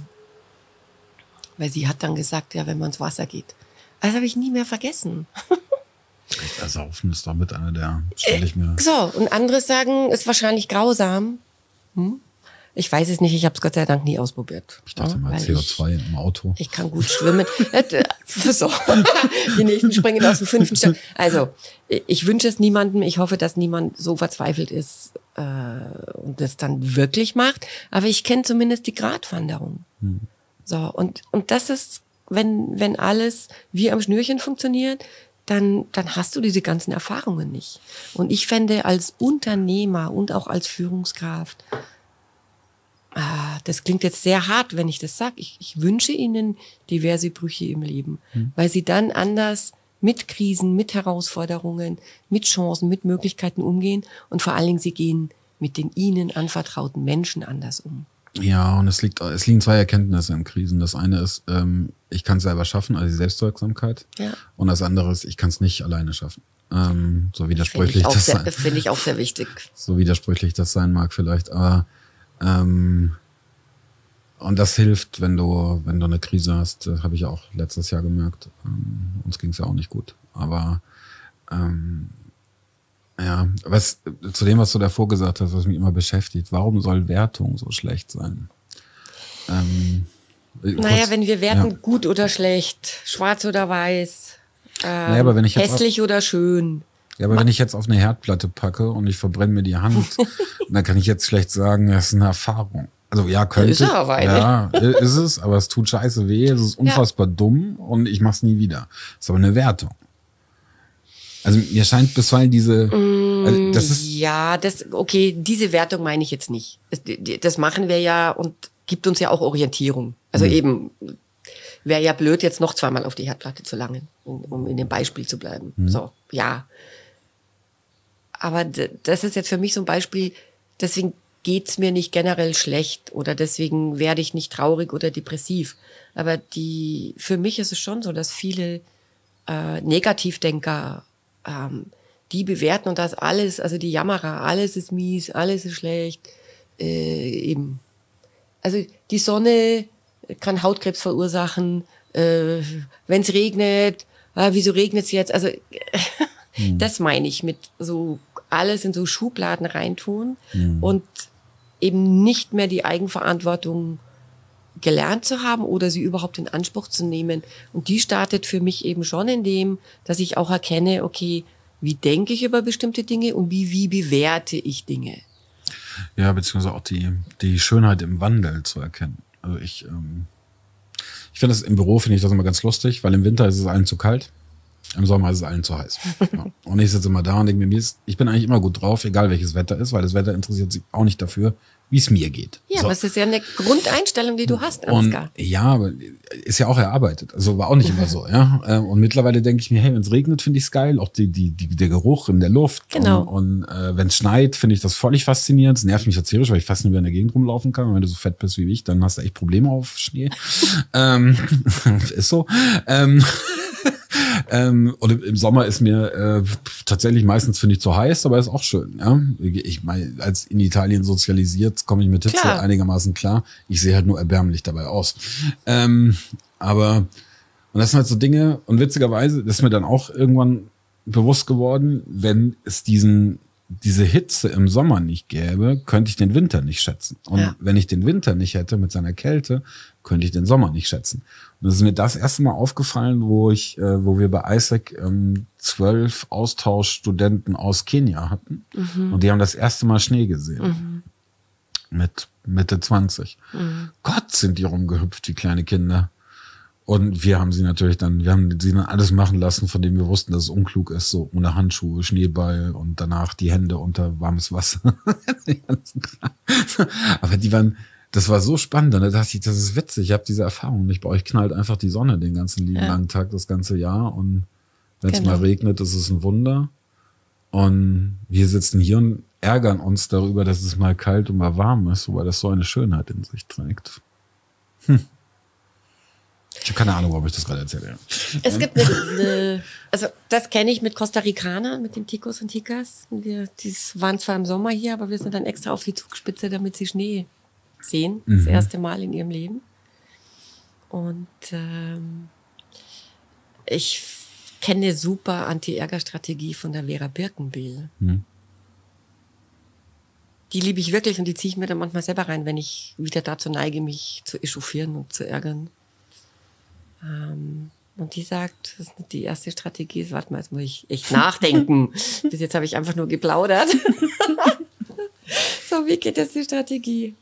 Speaker 2: weil sie hat dann gesagt, ja, wenn man ins Wasser geht. Das habe ich nie mehr vergessen.
Speaker 1: Ersaufen ist damit einer der, stelle ich mir.
Speaker 2: So, und andere sagen, ist wahrscheinlich grausam. Hm? Ich weiß es nicht, ich habe es Gott sei Dank nie ausprobiert.
Speaker 1: Ich dachte ja, mal C O zwei ich, im Auto.
Speaker 2: Ich kann gut schwimmen. So, die nächsten springen aus dem fünften Stock. Also, ich wünsche es niemandem. Ich hoffe, dass niemand so verzweifelt ist äh, und das dann wirklich macht. Aber ich kenne zumindest die Gratwanderung. Hm. So, und, und das ist, wenn, wenn alles wie am Schnürchen funktioniert, dann, dann hast du diese ganzen Erfahrungen nicht. Und ich fände als Unternehmer und auch als Führungskraft, ah, das klingt jetzt sehr hart, wenn ich das sage, ich, ich wünsche ihnen diverse Brüche im Leben, hm. weil sie dann anders mit Krisen, mit Herausforderungen, mit Chancen, mit Möglichkeiten umgehen und vor allen Dingen sie gehen mit den ihnen anvertrauten Menschen anders um.
Speaker 1: Ja, und es liegt, es liegen zwei Erkenntnisse in Krisen. Das eine ist, ähm, ich kann es selber schaffen, also die Selbstwirksamkeit. Ja. Und das andere ist, ich kann es nicht alleine schaffen. Ähm, so widersprüchlich das sein.
Speaker 2: Das finde ich auch sehr wichtig.
Speaker 1: So widersprüchlich das sein mag vielleicht, aber ähm, und das hilft, wenn du, wenn du eine Krise hast. Das habe ich auch letztes Jahr gemerkt. Ähm, uns ging es ja auch nicht gut, aber ähm, ja, was zu dem, was du davor gesagt hast, was mich immer beschäftigt, warum soll Wertung so schlecht sein? Ähm,
Speaker 2: naja, kurz, wenn wir werten, ja. gut oder schlecht, schwarz oder weiß, ähm,
Speaker 1: naja, aber wenn ich
Speaker 2: hässlich oder schön,
Speaker 1: Ja, aber wenn ich jetzt auf eine Herdplatte packe und ich verbrenne mir die Hand, dann kann ich jetzt schlecht sagen, das ist eine Erfahrung. Also ja, könnte.
Speaker 2: Ist er aber eine.
Speaker 1: Ja, ist es, aber es tut scheiße weh, es ist unfassbar ja. dumm und ich mach's nie wieder. Das ist aber eine Wertung. Also mir scheint bisweilen diese...
Speaker 2: Mm,
Speaker 1: also das ist
Speaker 2: ja, das okay, diese Wertung meine ich jetzt nicht. Das, das machen wir ja und gibt uns ja auch Orientierung. Also mhm. eben, wäre ja blöd, jetzt noch zweimal auf die Herdplatte zu langen, um, um in dem Beispiel zu bleiben. Mhm. So, ja. Aber das ist jetzt für mich so ein Beispiel, deswegen geht's mir nicht generell schlecht oder deswegen werde ich nicht traurig oder depressiv. Aber die, für mich ist es schon so, dass viele äh, Negativdenker, ähm, die bewerten und das alles, also die Jammerer, alles ist mies, alles ist schlecht, äh, eben. Also die Sonne kann Hautkrebs verursachen, äh, wenn es regnet, äh, wieso regnet es jetzt? Also hm. das meine ich mit so alles in so Schubladen reintun hm. und eben nicht mehr die Eigenverantwortung gelernt zu haben oder sie überhaupt in Anspruch zu nehmen. Und die startet für mich eben schon in dem, dass ich auch erkenne, okay, wie denke ich über bestimmte Dinge und wie, wie bewerte ich Dinge.
Speaker 1: Ja, beziehungsweise auch die, die Schönheit im Wandel zu erkennen. Also ich, ähm, ich finde das im Büro, finde ich das immer ganz lustig, weil im Winter ist es allen zu kalt. Im Sommer ist es allen zu heiß. Ja. Und ich sitze immer da und denke mir, ich bin eigentlich immer gut drauf, egal welches Wetter ist, weil das Wetter interessiert sich auch nicht dafür, wie es mir geht.
Speaker 2: Ja,
Speaker 1: so.
Speaker 2: aber es ist ja eine Grundeinstellung, die du hast, Ansgar.
Speaker 1: Und, ja, aber ist ja auch erarbeitet. Also war auch nicht immer so, ja. Und mittlerweile denke ich mir, hey, wenn es regnet, finde ich es geil. Auch die, die, die, der Geruch in der Luft.
Speaker 2: Genau.
Speaker 1: Und, und äh, wenn es schneit, finde ich das völlig faszinierend. Es nervt mich erzählisch, weil ich fast nicht mehr in der Gegend rumlaufen kann. Und wenn du so fett bist wie ich, dann hast du echt Probleme auf Schnee. ähm, ist so. Ähm, Ähm, und im Sommer ist mir äh, tatsächlich meistens, finde ich, zu heiß, aber ist auch schön. Ja? Ich meine, als in Italien sozialisiert, komme ich mit Hitze klar. einigermaßen klar. Ich sehe halt nur erbärmlich dabei aus. Ähm, aber, und das sind halt so Dinge, und witzigerweise, das ist mir dann auch irgendwann bewusst geworden, wenn es diesen diese Hitze im Sommer nicht gäbe, könnte ich den Winter nicht schätzen. Und ja. wenn ich den Winter nicht hätte mit seiner Kälte, könnte ich den Sommer nicht schätzen. Und das ist mir das erste Mal aufgefallen, wo ich, äh, wo wir bei Isaac ähm, zwölf Austauschstudenten aus Kenia hatten. Mhm. Und die haben das erste Mal Schnee gesehen. Mhm. Mit Mitte zwanzig. Mhm. Gott, sind die rumgehüpft, die kleine Kinder. Und wir haben sie natürlich dann, wir haben sie dann alles machen lassen, von dem wir wussten, dass es unklug ist, so ohne Handschuhe, Schneeball und danach die Hände unter warmes Wasser. Aber die waren, das war so spannend. Und da dachte ich, das ist witzig, ich habe diese Erfahrung nicht. Bei euch knallt einfach die Sonne den ganzen lieben ja. langen Tag, das ganze Jahr. Und wenn es genau. mal regnet, ist es ein Wunder. Und wir sitzen hier und ärgern uns darüber, dass es mal kalt und mal warm ist, wobei das so eine Schönheit in sich trägt. Hm. Ich habe keine Ahnung, ob ich das gerade erzähle.
Speaker 2: Es gibt eine, eine also das kenne ich mit Costa Ricanern, mit den Ticos und Ticas. Wir, die waren zwar im Sommer hier, aber wir sind dann extra auf die Zugspitze, damit sie Schnee sehen. Mhm. Das erste Mal in ihrem Leben. Und ähm, ich kenne eine super Anti-Ärger-Strategie von der Vera Birkenbiel. Mhm. Die liebe ich wirklich und die ziehe ich mir dann manchmal selber rein, wenn ich wieder dazu neige, mich zu echauffieren und zu ärgern. Um, und die sagt, das ist nicht die erste Strategie ist, warte mal, jetzt muss ich echt nachdenken. Bis jetzt habe ich einfach nur geplaudert. So, wie geht jetzt die Strategie?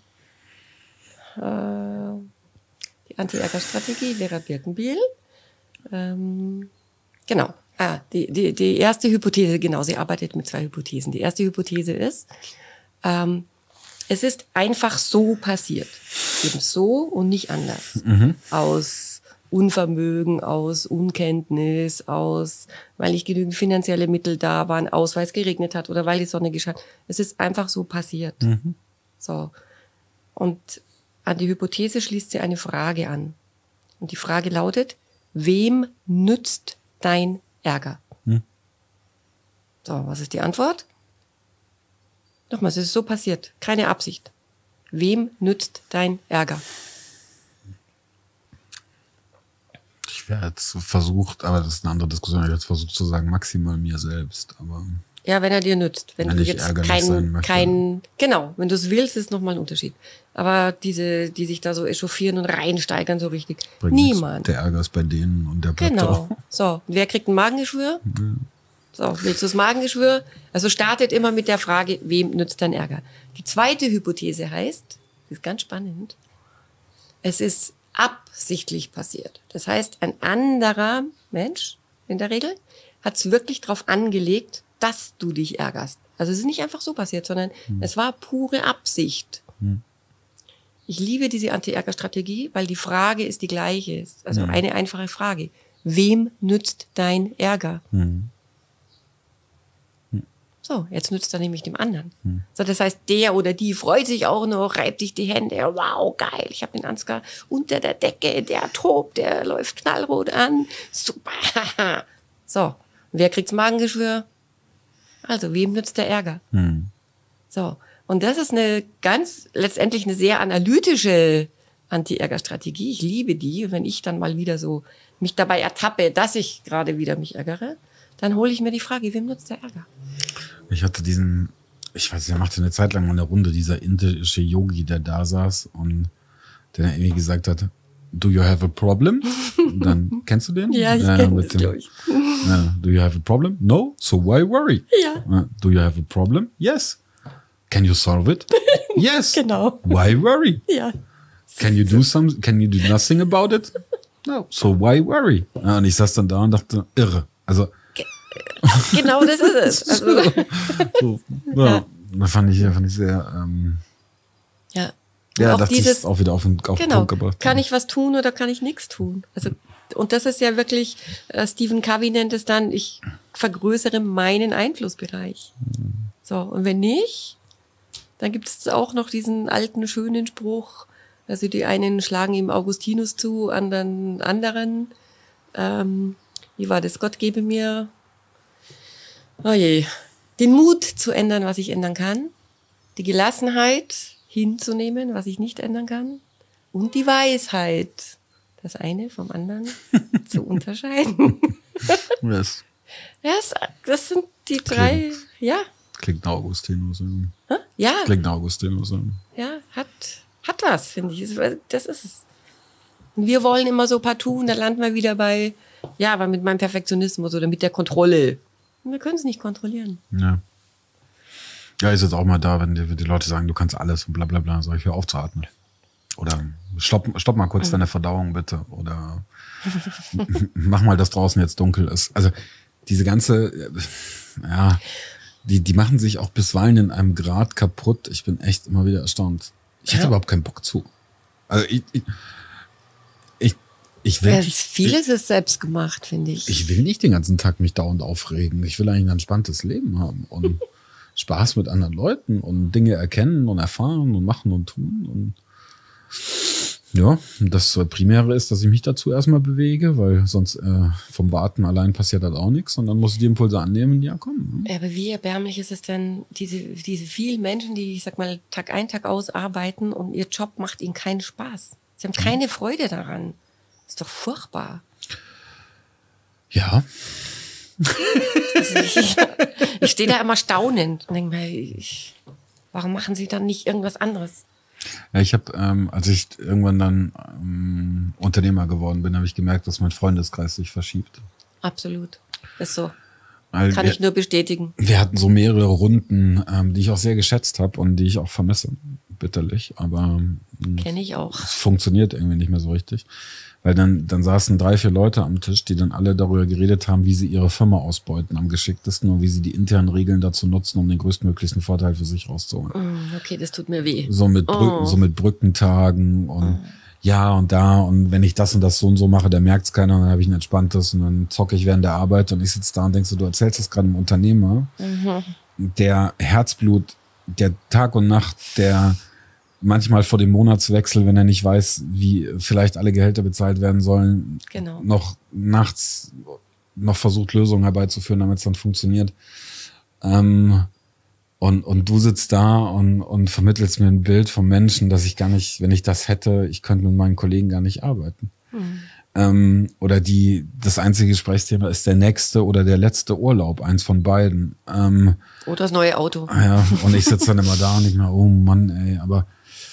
Speaker 2: Uh, die Anti-Ärger-Strategie, Vera Birkenbiel. Um, genau. Ah, die, die, die erste Hypothese, genau, sie arbeitet mit zwei Hypothesen. Die erste Hypothese ist, um, es ist einfach so passiert. Eben so und nicht anders. Mhm. Aus Unvermögen, aus Unkenntnis, aus, weil nicht genügend finanzielle Mittel da waren, aus, weil es geregnet hat oder weil die Sonne gescheint. Es ist einfach so passiert. Mhm. So. Und an die Hypothese schließt sie eine Frage an. Und die Frage lautet, wem nützt dein Ärger? Mhm. So, was ist die Antwort? Nochmal, es ist so passiert. Keine Absicht. Wem nützt dein Ärger?
Speaker 1: Ich wäre jetzt versucht, aber das ist eine andere Diskussion, ich habe jetzt versucht zu sagen, maximal mir selbst. Aber
Speaker 2: ja, wenn er dir nützt. Wenn, wenn du jetzt kein, kein, genau, wenn du es willst, ist nochmal ein Unterschied. Aber diese, die sich da so echauffieren und reinsteigern so richtig, bringt niemand.
Speaker 1: Nichts. Der Ärger ist bei denen und der bleibt
Speaker 2: genau.
Speaker 1: auch.
Speaker 2: So, wer kriegt ein Magengeschwür? So, willst du das Magengeschwür? Also startet immer mit der Frage, wem nützt dein Ärger? Die zweite Hypothese heißt, das ist ganz spannend, es ist absichtlich passiert. Das heißt, ein anderer Mensch, in der Regel, hat es wirklich darauf angelegt, dass du dich ärgerst. Also es ist nicht einfach so passiert, sondern hm. es war pure Absicht. Hm. Ich liebe diese Anti-Ärger-Strategie, weil die Frage ist die gleiche. Also hm. eine einfache Frage. Wem nützt dein Ärger? Hm. So, jetzt nützt er nämlich dem anderen. Hm. So, das heißt, der oder die freut sich auch noch, reibt sich die Hände. Wow, geil, ich habe den Ansgar unter der Decke, der tobt, der läuft knallrot an. Super. So, wer kriegt's Magengeschwür? Also, wem nützt der Ärger? Hm. So, und das ist eine ganz, letztendlich eine sehr analytische Anti-Ärger-Strategie. Ich liebe die. Und wenn ich dann mal wieder so mich dabei ertappe, dass ich gerade wieder mich ärgere, dann hole ich mir die Frage, wem nützt der Ärger?
Speaker 1: Ich hatte diesen, ich weiß, der machte eine Zeit lang mal eine Runde, dieser indische Yogi, der da saß und der dann irgendwie gesagt hat, do you have a problem? Und dann, kennst du den?
Speaker 2: Ja, ich
Speaker 1: ja,
Speaker 2: kenne das, glaube ich.
Speaker 1: Ja, do you have a problem? No, so why worry?
Speaker 2: Ja.
Speaker 1: Do you have a problem? Yes. Can you solve it? Yes.
Speaker 2: Genau.
Speaker 1: Why worry?
Speaker 2: Ja.
Speaker 1: Can you do some, can you do nothing about it? No, so why worry? Ja, und ich saß dann da und dachte, irre. Also,
Speaker 2: genau, das ist es. Also.
Speaker 1: so, ja, ja. Da fand ich, fand ich sehr, ähm,
Speaker 2: ja.
Speaker 1: Ja, das ist auch wieder auf den, auf
Speaker 2: genau,
Speaker 1: Punkt gebracht.
Speaker 2: Kann ich was tun oder kann ich nichts tun? Also, und das ist ja wirklich, äh, Stephen Covey nennt es dann, ich vergrößere meinen Einflussbereich. Mhm. So, und wenn nicht, dann gibt es auch noch diesen alten, schönen Spruch, also die einen schlagen ihm Augustinus zu, anderen anderen. Ähm, wie war das? Gott gebe mir, oh je, den Mut zu ändern, was ich ändern kann, die Gelassenheit hinzunehmen, was ich nicht ändern kann, und die Weisheit, das eine vom anderen zu unterscheiden.
Speaker 1: Yes.
Speaker 2: Das, das sind die drei,
Speaker 1: klingt,
Speaker 2: ja.
Speaker 1: Klingt nach Augustinus.
Speaker 2: Hä? Ja.
Speaker 1: Klingt nach Augustinus.
Speaker 2: Ja, hat, hat was, finde ich. Das ist es. Und wir wollen immer so partout, und da landen wir wieder bei, ja, aber mit meinem Perfektionismus oder mit der Kontrolle. Und wir können es nicht kontrollieren.
Speaker 1: Ja. Ja, ist jetzt auch mal da, wenn die, wenn die Leute sagen, du kannst alles und bla bla bla, soll ich hör auf zu atmen. Oder stopp, stopp mal kurz mhm. deine Verdauung bitte. Oder mach mal, dass draußen jetzt dunkel ist. Also diese ganze, ja, die, die machen sich auch bisweilen in einem Grad kaputt. Ich bin echt immer wieder erstaunt. Ich hätte ja. überhaupt keinen Bock zu. Also ich, ich, ich, ich will.
Speaker 2: Ja, vieles ist selbst gemacht, finde ich.
Speaker 1: Ich will nicht den ganzen Tag mich dauernd aufregen. Ich will eigentlich ein entspanntes Leben haben und Spaß mit anderen Leuten und Dinge erkennen und erfahren und machen und tun. Und ja, das Primäre ist, dass ich mich dazu erstmal bewege, weil sonst äh, vom Warten allein passiert halt auch nichts. Und dann muss ich die Impulse annehmen, ja komm.
Speaker 2: Ne? Aber wie erbärmlich ist es denn, diese, diese vielen Menschen, die, ich sag mal, Tag ein, Tag aus arbeiten und ihr Job macht ihnen keinen Spaß. Sie haben keine mhm. Freude daran. Das ist doch furchtbar.
Speaker 1: Ja.
Speaker 2: Also ich ich stehe da immer staunend und denke mir, ich, warum machen sie dann nicht irgendwas anderes?
Speaker 1: Ja, ich habe, ähm, als ich irgendwann dann ähm, Unternehmer geworden bin, habe ich gemerkt, dass mein Freundeskreis sich verschiebt.
Speaker 2: Absolut, ist so.
Speaker 1: Weil
Speaker 2: Kann
Speaker 1: wir,
Speaker 2: ich nur bestätigen.
Speaker 1: Wir hatten so mehrere Runden, ähm, die ich auch sehr geschätzt habe und die ich auch vermisse, bitterlich. Aber
Speaker 2: kenne ich auch.
Speaker 1: Es funktioniert irgendwie nicht mehr so richtig. Weil dann, dann saßen drei, vier Leute am Tisch, die dann alle darüber geredet haben, wie sie ihre Firma ausbeuten am geschicktesten und wie sie die internen Regeln dazu nutzen, um den größtmöglichen Vorteil für sich rauszuholen.
Speaker 2: Okay, das tut mir weh.
Speaker 1: So mit, Brücken, oh. so mit Brückentagen und oh. ja und da und wenn ich das und das so und so mache, dann merkt's keiner und dann habe ich ein entspanntes und dann zocke ich während der Arbeit und ich sitze da und denkst so, du erzählst das gerade einem Unternehmer, mhm. der Herzblut, der Tag und Nacht, der manchmal vor dem Monatswechsel, wenn er nicht weiß, wie vielleicht alle Gehälter bezahlt werden sollen,
Speaker 2: genau.
Speaker 1: noch nachts noch versucht, Lösungen herbeizuführen, damit es dann funktioniert. Ähm, und, und du sitzt da und, und vermittelst mir ein Bild vom Menschen, dass ich gar nicht, wenn ich das hätte, ich könnte mit meinen Kollegen gar nicht arbeiten. Mhm. Ähm, oder die, das einzige Gesprächsthema ist der nächste oder der letzte Urlaub, eins von beiden. Ähm,
Speaker 2: oder das neue Auto.
Speaker 1: Ja, und ich sitze dann immer da und ich mir, oh Mann, ey, aber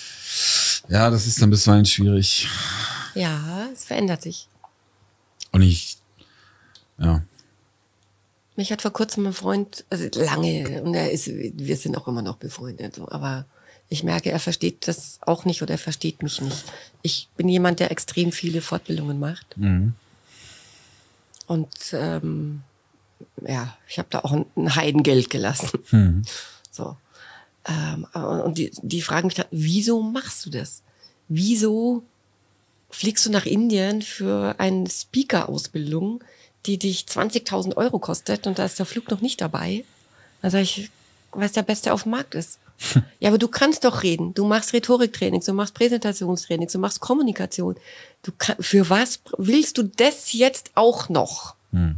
Speaker 1: ja, das ist dann bisweilen schwierig.
Speaker 2: Ja, es verändert sich.
Speaker 1: Und ich, ja,
Speaker 2: Mich hat vor kurzem ein Freund, also lange, und er ist, wir sind auch immer noch befreundet, so, aber ich merke, er versteht das auch nicht oder er versteht mich nicht. Ich bin jemand, der extrem viele Fortbildungen macht. Mhm. Und ähm, ja, ich habe da auch ein, ein Heidengeld gelassen. Mhm. So. Ähm, und die, die fragen mich dann, wieso machst du das? Wieso fliegst du nach Indien für eine Speaker-Ausbildung, die dich zwanzigtausend Euro kostet und da ist der Flug noch nicht dabei? Dann sage ich, weil es der Beste auf dem Markt ist. Ja, aber du kannst doch reden. Du machst Rhetoriktrainings, du machst Präsentationstrainings, du machst Kommunikation. Du kann, für was willst du das jetzt auch noch? Hm.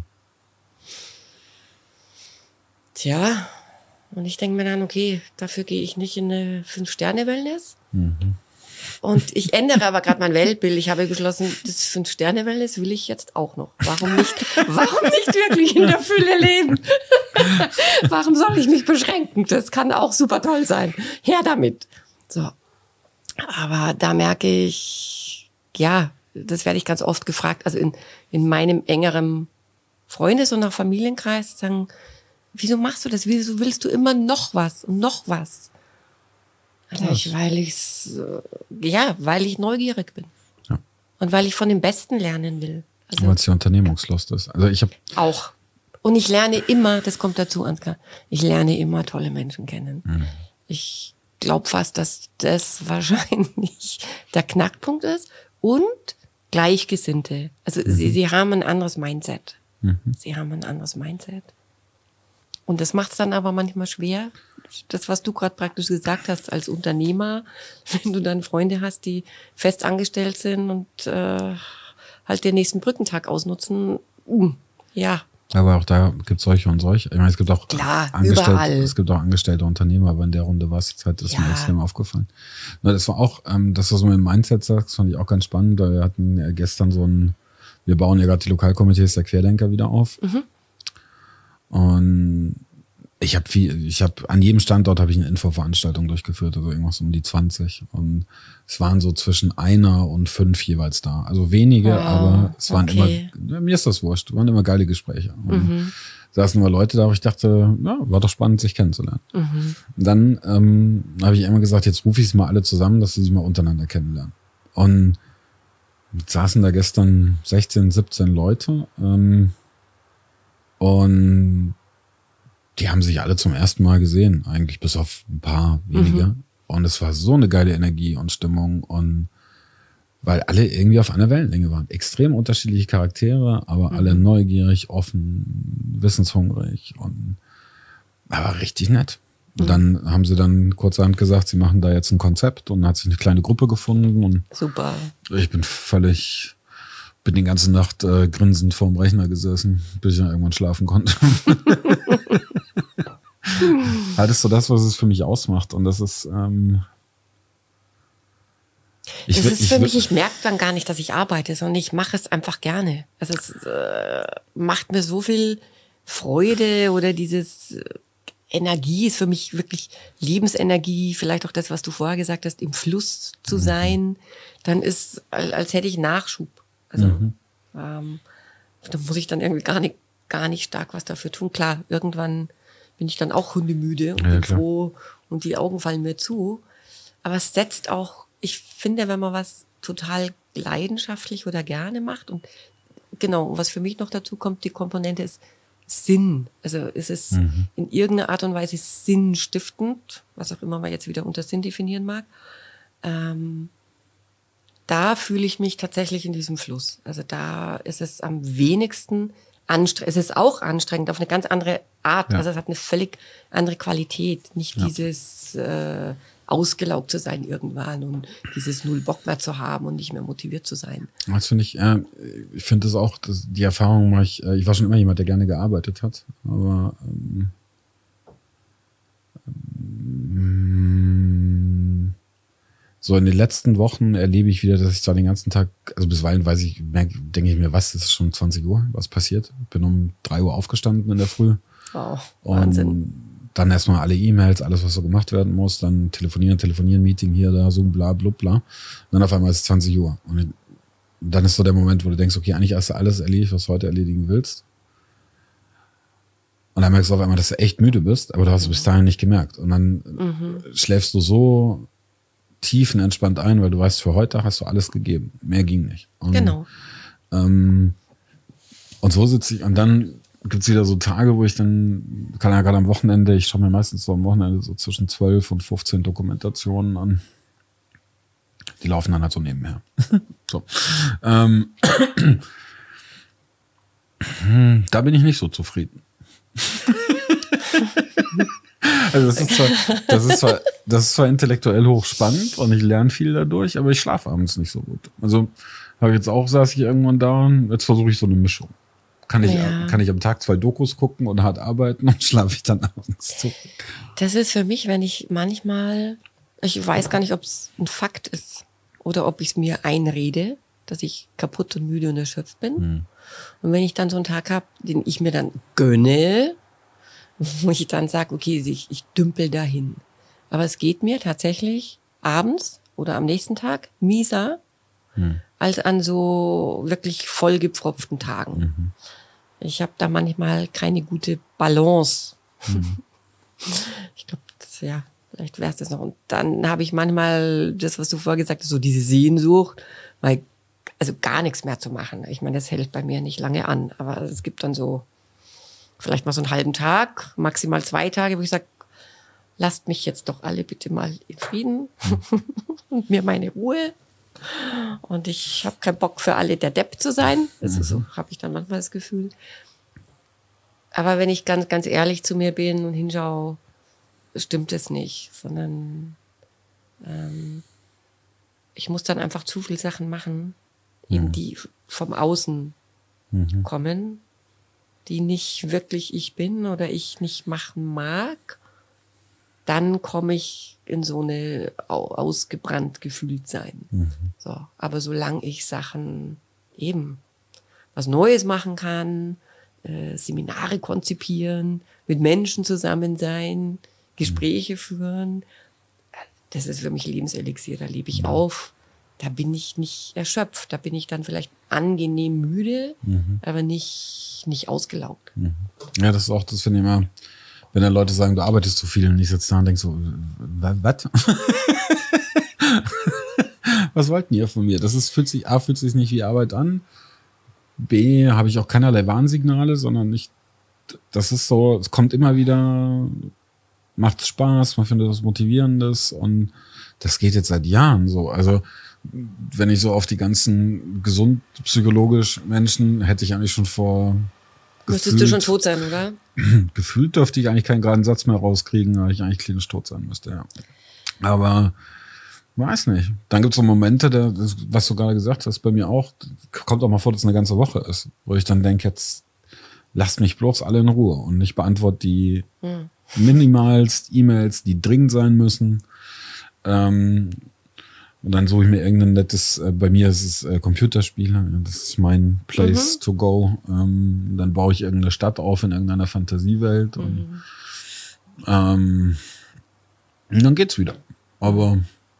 Speaker 2: Tja, und ich denke mir dann, okay, dafür gehe ich nicht in eine Fünf-Sterne-Wellness. Mhm. Und ich ändere aber gerade mein Weltbild. Ich habe beschlossen, das Fünf-Sterne-Wellness will ich jetzt auch noch. Warum nicht? Warum nicht wirklich in der Fülle leben? Warum soll ich mich beschränken? Das kann auch super toll sein. Her damit. So. Aber da merke ich, ja, das werde ich ganz oft gefragt. Also in, in meinem engeren Freundes- und auch Familienkreis sagen, wieso machst du das? Wieso willst du immer noch was und noch was? Also ich, weil ich's, ja, weil ich neugierig bin. Ja. Und weil ich von dem Besten lernen will.
Speaker 1: Also, weil es die Unternehmungslust ist. Also ich habe
Speaker 2: auch. Und ich lerne immer, das kommt dazu, Ansgar, ich lerne immer tolle Menschen kennen. Mhm. Ich glaube fast, dass das wahrscheinlich der Knackpunkt ist. Und Gleichgesinnte. Also mhm. sie, sie haben ein anderes Mindset. Mhm. Sie haben ein anderes Mindset. Und das macht es dann aber manchmal schwer. Das, was du gerade praktisch gesagt hast als Unternehmer, wenn du dann Freunde hast, die fest angestellt sind und äh, halt den nächsten Brückentag ausnutzen. Uh, ja.
Speaker 1: Aber auch da gibt es solche und solche. Ich meine, es gibt auch
Speaker 2: Klar,
Speaker 1: angestellte,
Speaker 2: überall.
Speaker 1: Es gibt auch angestellte Unternehmer, aber in der Runde war es jetzt halt, das ist
Speaker 2: ja.
Speaker 1: mir extrem aufgefallen. Na, das war auch, ähm, das, was du mit dem Mindset sagst, fand ich auch ganz spannend. Wir hatten ja gestern so ein, wir bauen ja gerade die Lokalkomitees der Querdenker wieder auf. Mhm. Und ich habe viel, ich habe an jedem Standort habe ich eine Infoveranstaltung durchgeführt, also irgendwas um die zwanzig. Und es waren so zwischen einer und fünf jeweils da. Also wenige, wow, aber es waren okay. immer, ja, mir ist das wurscht, waren immer geile Gespräche. Und mhm. saßen immer Leute da, wo ich dachte, ja, war doch spannend, sich kennenzulernen. Mhm. Und dann ähm, habe ich immer gesagt, jetzt rufe ich sie mal alle zusammen, dass sie sich mal untereinander kennenlernen. Und saßen da gestern sechzehn, siebzehn Leute ähm, und die haben sich alle zum ersten Mal gesehen, eigentlich bis auf ein paar wenige. Mhm. Und es war so eine geile Energie und Stimmung und weil alle irgendwie auf einer Wellenlänge waren. Extrem unterschiedliche Charaktere, aber mhm. alle neugierig, offen, wissenshungrig und aber richtig nett. Und mhm. dann haben sie dann kurzerhand gesagt, sie machen da jetzt ein Konzept und dann hat sich eine kleine Gruppe gefunden und
Speaker 2: super.
Speaker 1: Ich bin völlig, bin die ganze Nacht äh, grinsend vorm Rechner gesessen, bis ich dann irgendwann schlafen konnte. Halt ist so das, was es für mich ausmacht. Und das ist, ähm,
Speaker 2: ich das will, ist für ich mich, ich merke dann gar nicht, dass ich arbeite, sondern ich mache es einfach gerne. Also es äh, macht mir so viel Freude oder dieses äh, Energie ist für mich wirklich Lebensenergie, vielleicht auch das, was du vorher gesagt hast, im Fluss zu mhm. sein. Dann ist, als, als hätte ich Nachschub. Also mhm. ähm, da muss ich dann irgendwie gar nicht, gar nicht stark was dafür tun. Klar, irgendwann bin ich dann auch hundemüde und ja, bin klar. froh und die Augen fallen mir zu. Aber es setzt auch, ich finde, wenn man was total leidenschaftlich oder gerne macht und genau, und was für mich noch dazu kommt, die Komponente ist Sinn. Also es ist mhm. in irgendeiner Art und Weise sinnstiftend, was auch immer man jetzt wieder unter Sinn definieren mag. Ähm, da fühle ich mich tatsächlich in diesem Fluss. Also da ist es am wenigsten anstrengend. Es ist auch anstrengend auf eine ganz andere Art. Ja. Also es hat eine völlig andere Qualität. Nicht ja. dieses äh, ausgelaugt zu sein irgendwann und dieses Null Bock mehr zu haben und nicht mehr motiviert zu sein.
Speaker 1: Das finde ich, äh, ich finde das auch, das, die Erfahrung mache ich, äh, ich war schon immer jemand, der gerne gearbeitet hat, aber ähm, ähm, so in den letzten Wochen erlebe ich wieder, dass ich zwar den ganzen Tag, also bisweilen weiß ich, merke, denke ich mir, was, es ist schon zwanzig Uhr, was passiert? Bin um drei Uhr aufgestanden in der Früh.
Speaker 2: Wow, Wahnsinn.
Speaker 1: Und dann erstmal alle E-Mails, alles, was so gemacht werden muss, dann telefonieren, telefonieren, Meeting hier, da, Zoom, bla, bla, bla. Und dann auf einmal ist es zwanzig Uhr. Und dann ist so der Moment, wo du denkst, okay, eigentlich hast du alles erledigt, was du heute erledigen willst. Und dann merkst du auf einmal, dass du echt müde bist, aber du hast es bis dahin nicht gemerkt. Und dann mhm. schläfst du so tiefenentspannt ein, weil du weißt, für heute hast du alles gegeben. Mehr ging nicht. Und,
Speaker 2: genau.
Speaker 1: Ähm, und so sitze ich, und dann gibt es wieder so Tage, wo ich dann, kann ja gerade am Wochenende, ich schaue mir meistens so am Wochenende so zwischen zwölf und fünfzehn Dokumentationen an. Die laufen dann halt so nebenher. so. Ähm, da bin ich nicht so zufrieden. Also das ist, zwar, das, ist zwar, das ist zwar intellektuell hochspannend und ich lerne viel dadurch, aber ich schlafe abends nicht so gut. Also habe ich jetzt auch, saß ich irgendwann da und jetzt versuche ich so eine Mischung. Kann ich, ja. kann ich am Tag zwei Dokus gucken und hart arbeiten und schlafe ich dann abends zu.
Speaker 2: Das ist für mich, wenn ich manchmal, ich weiß gar nicht, ob es ein Fakt ist oder ob ich es mir einrede, dass ich kaputt und müde und erschöpft bin. Hm. Und wenn ich dann so einen Tag habe, den ich mir dann gönne, wo ich dann sage, okay, ich, ich dümpel dahin. Aber es geht mir tatsächlich abends oder am nächsten Tag mieser hm. als an so wirklich vollgepfropften Tagen. Mhm. Ich habe da manchmal keine gute Balance. Mhm. Ich glaube, ja, vielleicht wäre es das noch. Und dann habe ich manchmal das, was du vorher gesagt hast, so diese Sehnsucht, weil also gar nichts mehr zu machen. Ich meine, das hält bei mir nicht lange an, aber es gibt dann so vielleicht mal so einen halben Tag, maximal zwei Tage, wo ich sage, lasst mich jetzt doch alle bitte mal in Frieden und mir meine Ruhe. Und ich habe keinen Bock für alle der Depp zu sein. Also so habe ich dann manchmal das Gefühl. Aber wenn ich ganz, ganz ehrlich zu mir bin und hinschaue, stimmt es nicht, sondern ähm, ich muss dann einfach zu viele Sachen machen, eben mhm. die vom Außen mhm. kommen, die nicht wirklich ich bin oder ich nicht machen mag. Dann komme ich in so eine ausgebrannt gefühlt sein. Mhm. So, aber solange ich Sachen eben was Neues machen kann, äh, Seminare konzipieren, mit Menschen zusammen sein, Gespräche mhm. führen, das ist für mich Lebenselixier. Da lebe ich mhm. auf. Da bin ich nicht erschöpft. Da bin ich dann vielleicht angenehm müde, mhm. aber nicht, nicht ausgelaugt.
Speaker 1: Mhm. Ja, das ist auch, das finde ich immer, wenn dann Leute sagen, du arbeitest zu viel und ich sitze da und denke so, was? Was wollten ihr von mir? Das ist, fühlt sich, A, fühlt sich nicht wie Arbeit an. B, habe ich auch keinerlei Warnsignale, sondern nicht, das ist so, es kommt immer wieder, macht Spaß, man findet was Motivierendes und das geht jetzt seit Jahren so. Also, wenn ich so auf die ganzen gesund psychologisch Menschen, hätte ich eigentlich schon vor
Speaker 2: Müsstest du schon tot sein, oder?
Speaker 1: Gefühlt dürfte ich eigentlich keinen geraden Satz mehr rauskriegen, weil ich eigentlich klinisch tot sein müsste, ja. Aber weiß nicht. Dann gibt es so Momente, der, das, was du gerade gesagt hast, bei mir auch, kommt auch mal vor, dass es eine ganze Woche ist, wo ich dann denke, jetzt lasst mich bloß alle in Ruhe und ich beantworte die hm. minimalst E-Mails, die dringend sein müssen. Ähm, und dann suche ich mir irgendein nettes, äh, bei mir ist es äh, Computerspiele, das ist mein Place mhm. to go. Ähm, dann baue ich irgendeine Stadt auf in irgendeiner Fantasiewelt und, mhm. ähm, und dann geht's wieder. Aber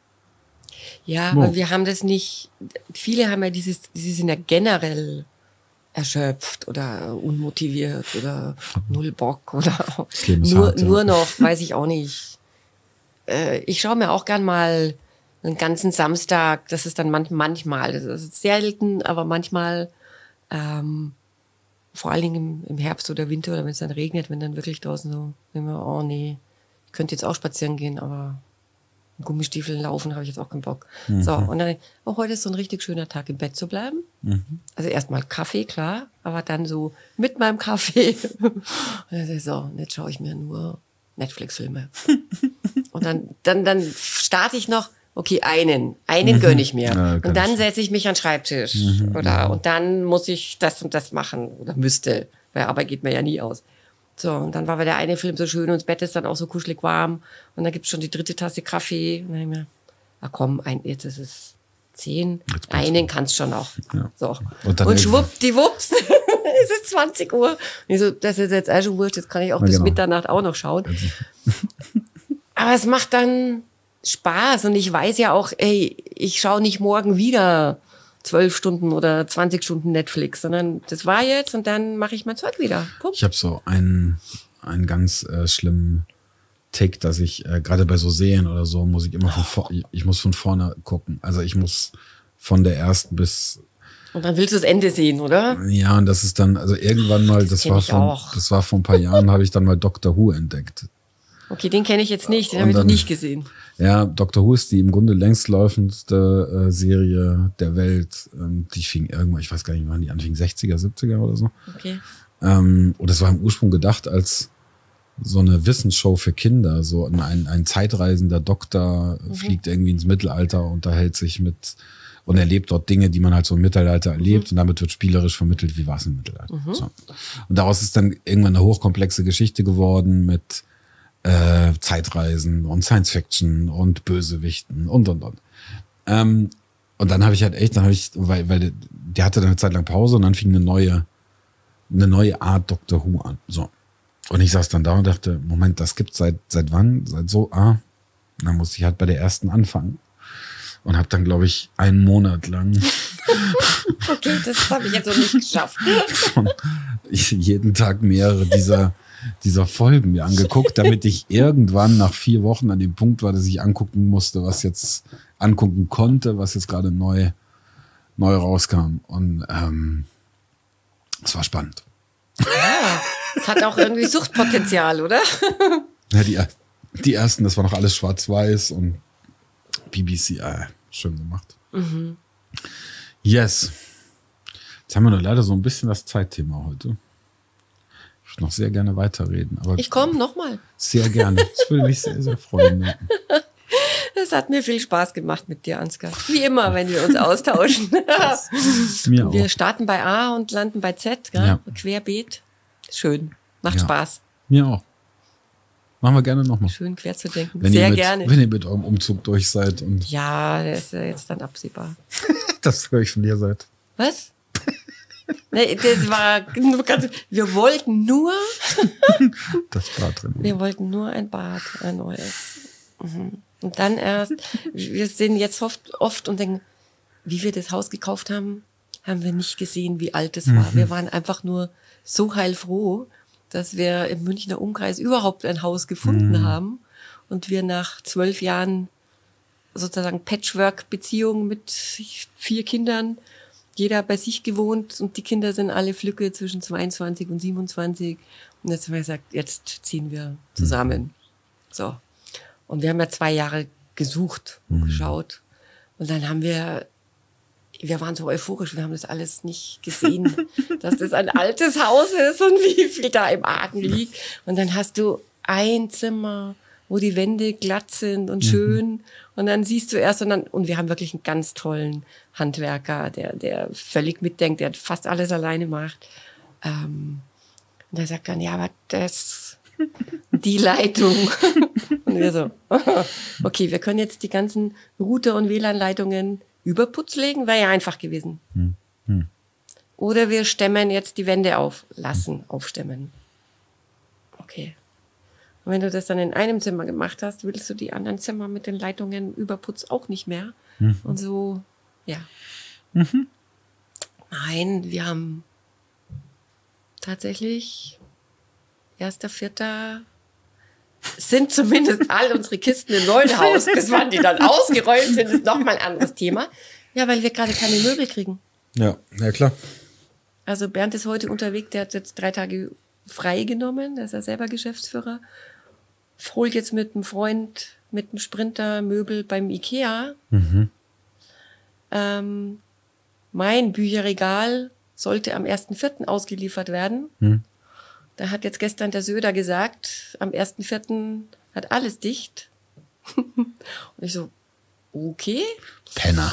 Speaker 2: ja, wow. aber wir haben das nicht, viele haben ja dieses, sie sind ja generell erschöpft oder unmotiviert oder null Bock oder nur, hart, ja. nur noch, weiß ich auch nicht. Äh, ich schaue mir auch gern mal einen ganzen Samstag, das ist dann manch, manchmal, das ist selten, aber manchmal, ähm, vor allen Dingen im, im Herbst oder Winter oder wenn es dann regnet, wenn dann wirklich draußen so, immer, oh nee, ich könnte jetzt auch spazieren gehen, aber in Gummistiefeln laufen habe ich jetzt auch keinen Bock. Mhm. So, und dann, oh, heute ist so ein richtig schöner Tag, im Bett zu bleiben. Mhm. Also erstmal Kaffee, klar, aber dann so mit meinem Kaffee. Und dann sag ich so, und jetzt schaue ich mir nur Netflix-Filme. Und dann, dann, dann starte ich noch, okay, einen, einen mhm. gönne ich mir. Ja, und dann setze ich mich an den Schreibtisch. Mhm. Oder, und dann muss ich das und das machen. Oder müsste. Weil Arbeit geht mir ja nie aus. So, und dann war der eine Film so schön und das Bett ist dann auch so kuschelig warm. Und dann gibt's schon die dritte Tasse Kaffee. Und dann denke ich mir, ah komm, ein, jetzt ist es zehn. Einen kannst schon noch. Ja. So. Und, und schwuppdiwupps, es ist zwanzig Uhr. Und ich so, das ist jetzt auch schon wurscht, jetzt kann ich auch Na, bis genau. Mitternacht auch noch schauen. Aber es macht dann Spaß und ich weiß ja auch, ey, ich schaue nicht morgen wieder zwölf Stunden oder zwanzig Stunden Netflix, sondern das war jetzt und dann mache ich mein Zeug wieder. Punkt.
Speaker 1: Ich habe so einen, einen ganz äh, schlimmen Tick, dass ich äh, gerade bei so Serien oder so muss ich immer von vor, ich, ich muss von vorne gucken. Also ich muss von der ersten bis
Speaker 2: und dann willst du das Ende sehen, oder?
Speaker 1: Ja, und das ist dann also irgendwann mal, das, das war vor das war vor ein paar Jahren, habe ich dann mal Doctor Who entdeckt.
Speaker 2: Okay, den kenne ich jetzt nicht, den habe ich noch nicht gesehen.
Speaker 1: Ja, Doctor Who ist die im Grunde längstlaufendste äh, Serie der Welt. Ähm, die fing irgendwann, ich weiß gar nicht, wann die anfing, sechziger, siebziger oder so.
Speaker 2: Okay.
Speaker 1: Ähm, und das war im Ursprung gedacht als so eine Wissensshow für Kinder. So ein, ein zeitreisender Doktor mhm. fliegt irgendwie ins Mittelalter, unterhält sich mit und erlebt dort Dinge, die man halt so im Mittelalter erlebt. Mhm. Und damit wird spielerisch vermittelt, wie war es im Mittelalter. Mhm. So. Und daraus ist dann irgendwann eine hochkomplexe Geschichte geworden mit Äh, Zeitreisen und Science Fiction und Bösewichten und und und. Ähm, und dann habe ich halt echt, dann habe ich, weil, weil der hatte dann eine Zeit lang Pause und dann fing eine neue, eine neue Art Doctor Who an. So. Und ich saß dann da und dachte, Moment, das gibt's seit seit wann? Seit so, ah, dann musste ich halt bei der ersten anfangen. Und habe dann, glaube ich, einen Monat lang
Speaker 2: okay, das habe ich jetzt noch nicht geschafft.
Speaker 1: ich jeden Tag mehrere dieser dieser Folgen mir angeguckt, damit ich irgendwann nach vier Wochen an dem Punkt war, dass ich angucken musste, was jetzt angucken konnte, was jetzt gerade neu, neu rauskam. Und ähm, es war spannend.
Speaker 2: Ja, es hat auch irgendwie Suchtpotenzial, oder?
Speaker 1: Ja, die, die ersten, das war noch alles schwarz-weiß und B B C, äh, schön gemacht. Mhm. Yes. Jetzt haben wir nur leider so ein bisschen das Zeitthema heute. Ich würde noch sehr gerne weiterreden. Aber
Speaker 2: ich komme nochmal.
Speaker 1: Sehr gerne. Das würde mich sehr, sehr freuen.
Speaker 2: Es hat mir viel Spaß gemacht mit dir, Ansgar. Wie immer, wenn wir uns austauschen. mir auch. Wir starten bei A und landen bei Z, gell? Ja. Querbeet. Schön. Macht ja. Spaß.
Speaker 1: Mir auch. Machen wir gerne nochmal.
Speaker 2: Schön quer zu denken.
Speaker 1: Wenn
Speaker 2: sehr
Speaker 1: mit,
Speaker 2: gerne.
Speaker 1: Wenn ihr mit eurem Umzug durch seid. Und
Speaker 2: ja, der ist ja jetzt dann absehbar.
Speaker 1: Das höre ich von dir seit.
Speaker 2: Was? Nee, das war nur ganz, wir wollten nur
Speaker 1: das Bad drin.
Speaker 2: Wir wollten nur ein Bad, ein neues. Mhm. Und dann erst, wir sehen jetzt oft, oft und denken, wie wir das Haus gekauft haben, haben wir nicht gesehen, wie alt es war. Mhm. Wir waren einfach nur so heilfroh, dass wir im Münchner Umkreis überhaupt ein Haus gefunden mhm. haben und wir nach zwölf Jahren sozusagen Patchwork-Beziehung mit vier Kindern jeder bei sich gewohnt und die Kinder sind alle Flücke zwischen zweiundzwanzig und siebenundzwanzig. Und jetzt haben wir gesagt, jetzt ziehen wir zusammen. Mhm. So. Und wir haben ja zwei Jahre gesucht und mhm. geschaut. Und dann haben wir, wir waren so euphorisch, wir haben das alles nicht gesehen, dass das ein altes Haus ist und wie viel da im Argen liegt. Und dann hast du ein Zimmer, wo die Wände glatt sind und schön. Mhm. Und dann siehst du erst, und, dann, und wir haben wirklich einen ganz tollen Handwerker, der, der völlig mitdenkt, der fast alles alleine macht. Ähm, und der sagt dann, ja, aber das, die Leitung. Und wir so, okay, wir können jetzt die ganzen Router- und W L A N-Leitungen über Putz legen, wäre ja einfach gewesen. Mhm. Oder wir stemmen jetzt die Wände auf, lassen aufstemmen. Okay. Und wenn du das dann in einem Zimmer gemacht hast, willst du die anderen Zimmer mit den Leitungen über Putz auch nicht mehr. Mhm. Und so, ja. Mhm. Nein, wir haben tatsächlich erster Vierter sind zumindest all unsere Kisten im neuen Haus. Bis wann die dann ausgeräumt sind, ist nochmal ein anderes Thema. Ja, weil wir gerade keine Möbel kriegen.
Speaker 1: Ja, ja klar.
Speaker 2: Also Bernd ist heute unterwegs, der hat jetzt drei Tage frei genommen, der ist ja selber Geschäftsführer. Holt jetzt mit einem Freund, mit einem Sprinter Möbel beim Ikea. Mhm. Ähm, mein Bücherregal sollte am ersten Vierten ausgeliefert werden. Mhm. Da hat jetzt gestern der Söder gesagt, am ersten Vierten hat alles dicht. Und ich so, okay.
Speaker 1: Penner.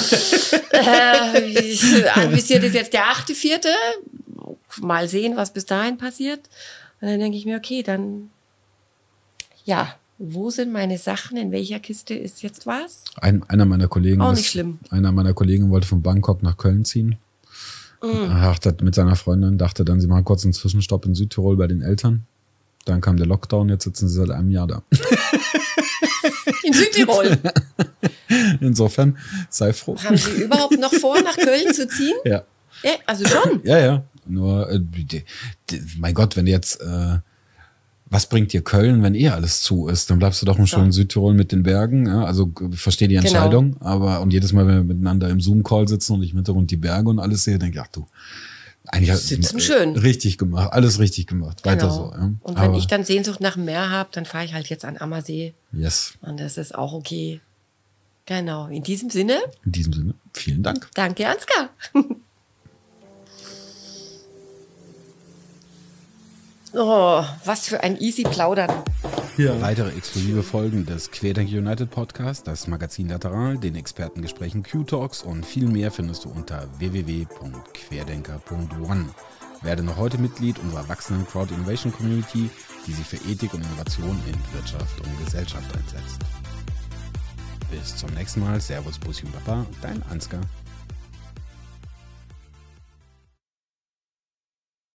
Speaker 2: äh, anvisiert ist jetzt der achte Vierte. Mal sehen, was bis dahin passiert. Und dann denke ich mir, okay, dann, ja, wo sind meine Sachen? In welcher Kiste ist jetzt was?
Speaker 1: Ein, einer meiner Kollegen
Speaker 2: Auch
Speaker 1: ist,
Speaker 2: nicht schlimm.
Speaker 1: Einer meiner Kollegen wollte von Bangkok nach Köln ziehen. Mm. Er dachte mit seiner Freundin, dachte dann, sie machen kurz einen Zwischenstopp in Südtirol bei den Eltern. Dann kam der Lockdown, jetzt sitzen sie seit einem Jahr da.
Speaker 2: In Südtirol?
Speaker 1: Insofern, sei froh.
Speaker 2: Haben Sie überhaupt noch vor, nach Köln zu ziehen?
Speaker 1: Ja.
Speaker 2: Ja, also schon?
Speaker 1: Ja, ja. Nur, äh, die, die, mein Gott, wenn du jetzt äh, was bringt dir Köln, wenn eh alles zu ist? Dann bleibst du doch im schönen so. Südtirol mit den Bergen. Ja? Also ich verstehe die Entscheidung, genau. aber und jedes Mal, wenn wir miteinander im Zoom-Call sitzen und ich im Hintergrund die Berge und alles sehe, denke ich, ach du, eigentlich
Speaker 2: sitzen schön.
Speaker 1: Richtig gemacht, alles richtig gemacht. Genau. Weiter so. Ja?
Speaker 2: Und wenn aber ich dann Sehnsucht nach dem Meer habe, dann fahre ich halt jetzt an Ammersee.
Speaker 1: Yes.
Speaker 2: Und das ist auch okay. Genau, in diesem Sinne.
Speaker 1: In diesem Sinne, vielen Dank.
Speaker 2: Danke, Ansgar. Oh, was für ein easy Plaudern.
Speaker 1: Ja. Weitere exklusive Folgen des Querdenker United Podcast, das Magazin Lateral, den Expertengesprächen Q-Talks und viel mehr findest du unter w w w punkt querdenker punkt one. Werde noch heute Mitglied unserer wachsenden Crowd Innovation Community, die sich für Ethik und Innovation in Wirtschaft und Gesellschaft einsetzt. Bis zum nächsten Mal. Servus, Bussi und Papa, dein Ansgar.